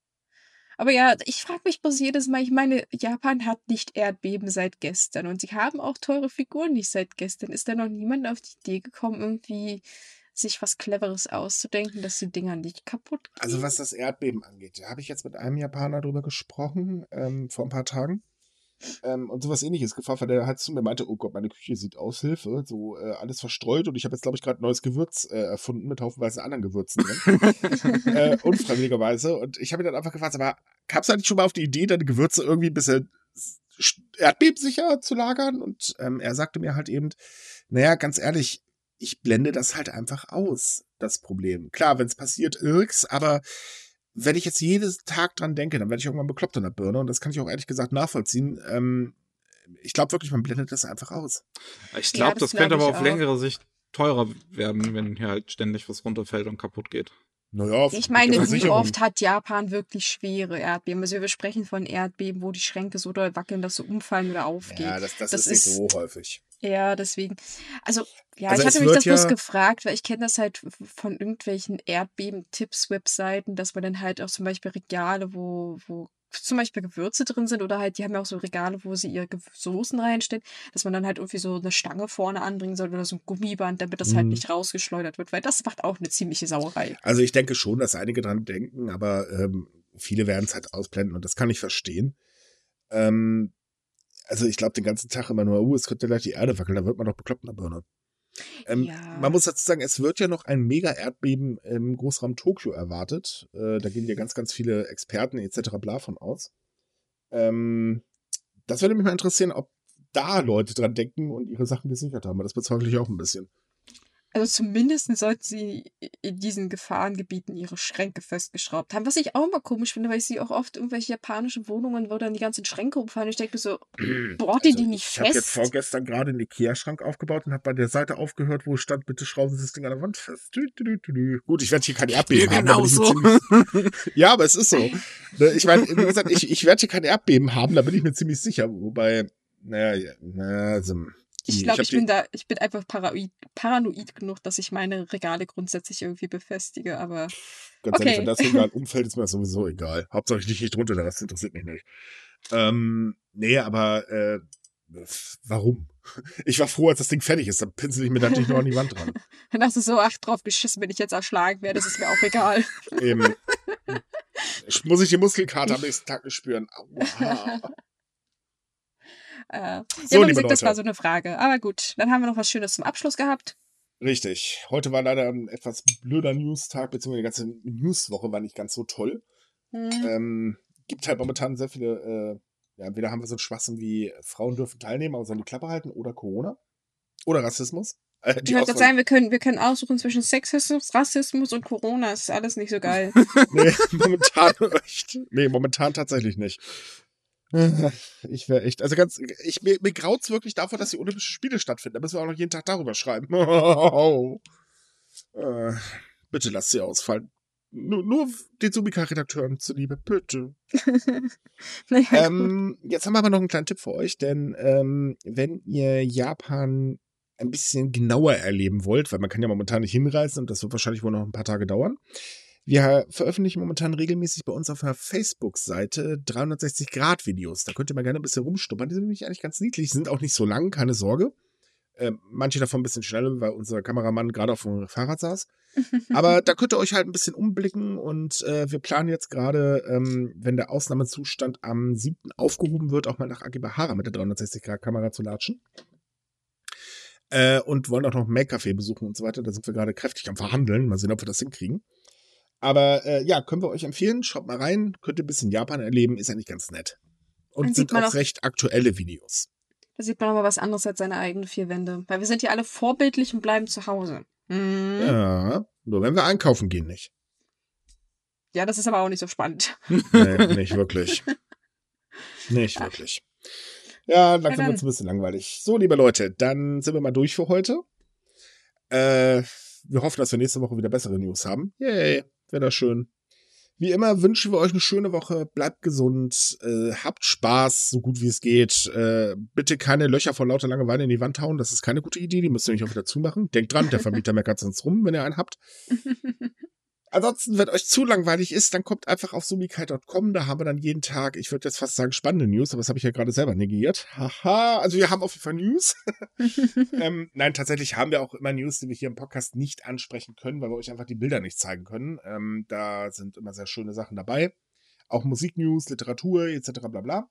Aber ja, ich frage mich bloß jedes Mal, ich meine, Japan hat nicht Erdbeben seit gestern und sie haben auch teure Figuren nicht seit gestern. Ist da noch niemand auf die Idee gekommen, irgendwie sich was Cleveres auszudenken, dass die Dinger nicht kaputt gehen? Also was das Erdbeben angeht, da habe ich jetzt mit einem Japaner drüber gesprochen, vor ein paar Tagen. Und sowas Ähnliches gefragt, weil der halt zu mir meinte, oh Gott, meine Küche sieht aus, Hilfe, so alles verstreut und ich habe jetzt, glaube ich, gerade ein neues Gewürz erfunden mit haufenweise anderen Gewürzen drin. Unfreiwilligerweise. Und ich habe ihn dann einfach gefragt, aber kamst du eigentlich schon mal auf die Idee, deine Gewürze irgendwie ein bisschen erdbebensicher zu lagern. Und er sagte mir halt eben, naja, ganz ehrlich, ich blende das halt einfach aus, das Problem. Klar, wenn es passiert, irks, aber wenn ich jetzt jeden Tag dran denke, dann werde ich irgendwann bekloppt in der Birne. Und das kann ich auch ehrlich gesagt nachvollziehen. Ich glaube wirklich, man blendet das einfach aus. Ich glaube, das könnte aber auf längere Sicht teurer werden, wenn hier halt ständig was runterfällt und kaputt geht. Naja, ich meine, wie oft hat Japan wirklich schwere Erdbeben? Also wir sprechen von Erdbeben, wo die Schränke so doll wackeln, dass sie umfallen oder aufgehen. Ja, das ist nicht so häufig. Ja, deswegen. Also ich hatte mich das bloß gefragt, weil ich kenne das halt von irgendwelchen Erdbeben-Tipps-Webseiten, dass man dann halt auch zum Beispiel Regale, wo zum Beispiel Gewürze drin sind oder halt, die haben ja auch so Regale, wo sie ihre Soßen reinstellen, dass man dann halt irgendwie so eine Stange vorne anbringen soll oder so ein Gummiband, damit das halt nicht rausgeschleudert wird, weil das macht auch eine ziemliche Sauerei. Also ich denke schon, dass einige dran denken, aber viele werden es halt ausblenden und das kann ich verstehen. Also ich glaube den ganzen Tag immer nur, es könnte gleich die Erde wackeln, da wird man doch bekloppt in der Birne. Man muss dazu sagen, es wird ja noch ein Mega-Erdbeben im Großraum Tokio erwartet. Da gehen ja ganz, ganz viele Experten etc. bla von aus. Das würde mich mal interessieren, ob da Leute dran denken und ihre Sachen gesichert haben. Das bezweifle ich auch ein bisschen. Also zumindest sollten sie in diesen Gefahrengebieten ihre Schränke festgeschraubt haben. Was ich auch immer komisch finde, weil ich sehe auch oft irgendwelche japanischen Wohnungen, wo dann die ganzen Schränke umfallen. Ich denke mir so, braucht ihr die nicht fest? Ich habe jetzt vorgestern gerade einen Ikea-Schrank aufgebaut und habe bei der Seite aufgehört, wo stand, bitte schrauben Sie das Ding an der Wand fest. Gut, ich werde hier kein Erdbeben haben. Genau so. Ja, aber es ist so. Ich meine, wie gesagt, ich werde hier kein Erdbeben haben, da bin ich mir ziemlich sicher. Wobei, ich glaube, ich bin einfach paranoid genug, dass ich meine Regale grundsätzlich irgendwie befestige, aber ganz ehrlich, wenn das Regal umfällt, ist mir das sowieso egal. Hauptsache ich liege nicht drunter, das interessiert mich nicht. Aber warum? Ich war froh, als das Ding fertig ist, dann pinsel ich mir das nicht noch an die Wand dran. Dann hast du so drauf geschissen, wenn ich jetzt erschlagen werde, das ist mir auch egal. Eben. Muss ich die Muskelkater am nächsten Tag nicht spüren. Aua. So, wie gesagt, das war so eine Frage. Aber gut, dann haben wir noch was Schönes zum Abschluss gehabt. Richtig. Heute war leider ein etwas blöder News-Tag, beziehungsweise die ganze News-Woche war nicht ganz so toll. Gibt halt momentan sehr viele, entweder haben wir so einen Schwachsinn wie Frauen dürfen teilnehmen, aber sollen die Klappe halten, oder Corona. Oder Rassismus. Ich wollte sagen, wir können aussuchen zwischen Sexismus, Rassismus und Corona. Das ist alles nicht so geil. Momentan tatsächlich nicht. Ich wäre echt, also mir graut's wirklich davor, dass die Olympischen Spiele stattfinden. Da müssen wir auch noch jeden Tag darüber schreiben. Bitte lasst sie ausfallen. Nur den Subika-Redakteuren zuliebe, bitte. Jetzt haben wir aber noch einen kleinen Tipp für euch, denn wenn ihr Japan ein bisschen genauer erleben wollt, weil man kann ja momentan nicht hinreisen und das wird wahrscheinlich wohl noch ein paar Tage dauern. Wir veröffentlichen momentan regelmäßig bei uns auf der Facebook-Seite 360-Grad-Videos. Da könnt ihr mal gerne ein bisschen rumstuppern. Die sind nämlich eigentlich ganz niedlich, sind auch nicht so lang, keine Sorge. Manche davon ein bisschen schneller, weil unser Kameramann gerade auf dem Fahrrad saß. Aber da könnt ihr euch halt ein bisschen umblicken und wir planen jetzt gerade, wenn der Ausnahmezustand am 7. aufgehoben wird, auch mal nach Akibahara mit der 360-Grad-Kamera zu latschen. Und wollen auch noch ein Mac-Café besuchen und so weiter. Da sind wir gerade kräftig am Verhandeln. Mal sehen, ob wir das hinkriegen. Aber können wir euch empfehlen. Schaut mal rein. Könnt ihr ein bisschen Japan erleben. Ist eigentlich ganz nett. Und sind auch recht aktuelle Videos. Da sieht man aber was anderes als seine eigenen 4 Wände. Weil wir sind ja alle vorbildlich und bleiben zu Hause. Ja, nur wenn wir einkaufen gehen, nicht. Ja, das ist aber auch nicht so spannend. Nee, nicht wirklich. Nicht wirklich. Ja, langsam wird es ein bisschen langweilig. So, liebe Leute, dann sind wir mal durch für heute. Wir hoffen, dass wir nächste Woche wieder bessere News haben. Yay, wäre das schön. Wie immer wünschen wir euch eine schöne Woche. Bleibt gesund, habt Spaß, so gut wie es geht. Bitte keine Löcher vor lauter Langeweile in die Wand hauen. Das ist keine gute Idee. Die müsst ihr nämlich auch wieder zumachen. Denkt dran, der Vermieter meckert sonst rum, wenn ihr einen habt. Ansonsten, wenn euch zu langweilig ist, dann kommt einfach auf sumikai.com. Da haben wir dann jeden Tag, ich würde jetzt fast sagen, spannende News, aber das habe ich ja gerade selber negiert. Haha, also wir haben auf jeden Fall News. Nein, tatsächlich haben wir auch immer News, die wir hier im Podcast nicht ansprechen können, weil wir euch einfach die Bilder nicht zeigen können. Da sind immer sehr schöne Sachen dabei. Auch Musiknews, Literatur, etc. bla bla.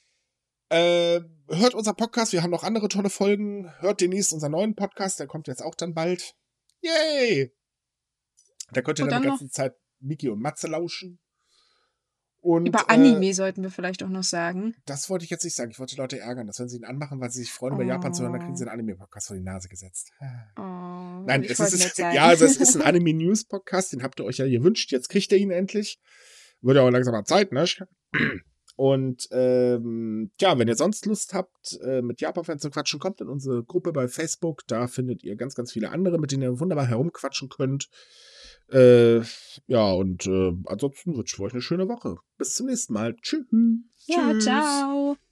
Hört unser Podcast, wir haben noch andere tolle Folgen. Hört demnächst unseren neuen Podcast, der kommt jetzt auch dann bald. Yay! Da könnt ihr dann die ganze Zeit Miki und Matze lauschen. Und, über Anime sollten wir vielleicht auch noch sagen. Das wollte ich jetzt nicht sagen. Ich wollte die Leute ärgern, dass wenn sie ihn anmachen, weil sie sich freuen, über Japan zu hören, dann kriegen sie einen Anime-Podcast vor die Nase gesetzt. Nein, es ist ein Anime-News-Podcast, den habt ihr euch ja gewünscht. Jetzt kriegt ihr ihn endlich. Wird ja auch langsam mal Zeit, ne? Und wenn ihr sonst Lust habt, mit Japan-Fans zu quatschen, kommt in unsere Gruppe bei Facebook. Da findet ihr ganz, ganz viele andere, mit denen ihr wunderbar herumquatschen könnt. Ansonsten wünsche ich euch eine schöne Woche. Bis zum nächsten Mal. Tschüss. Ja, ciao.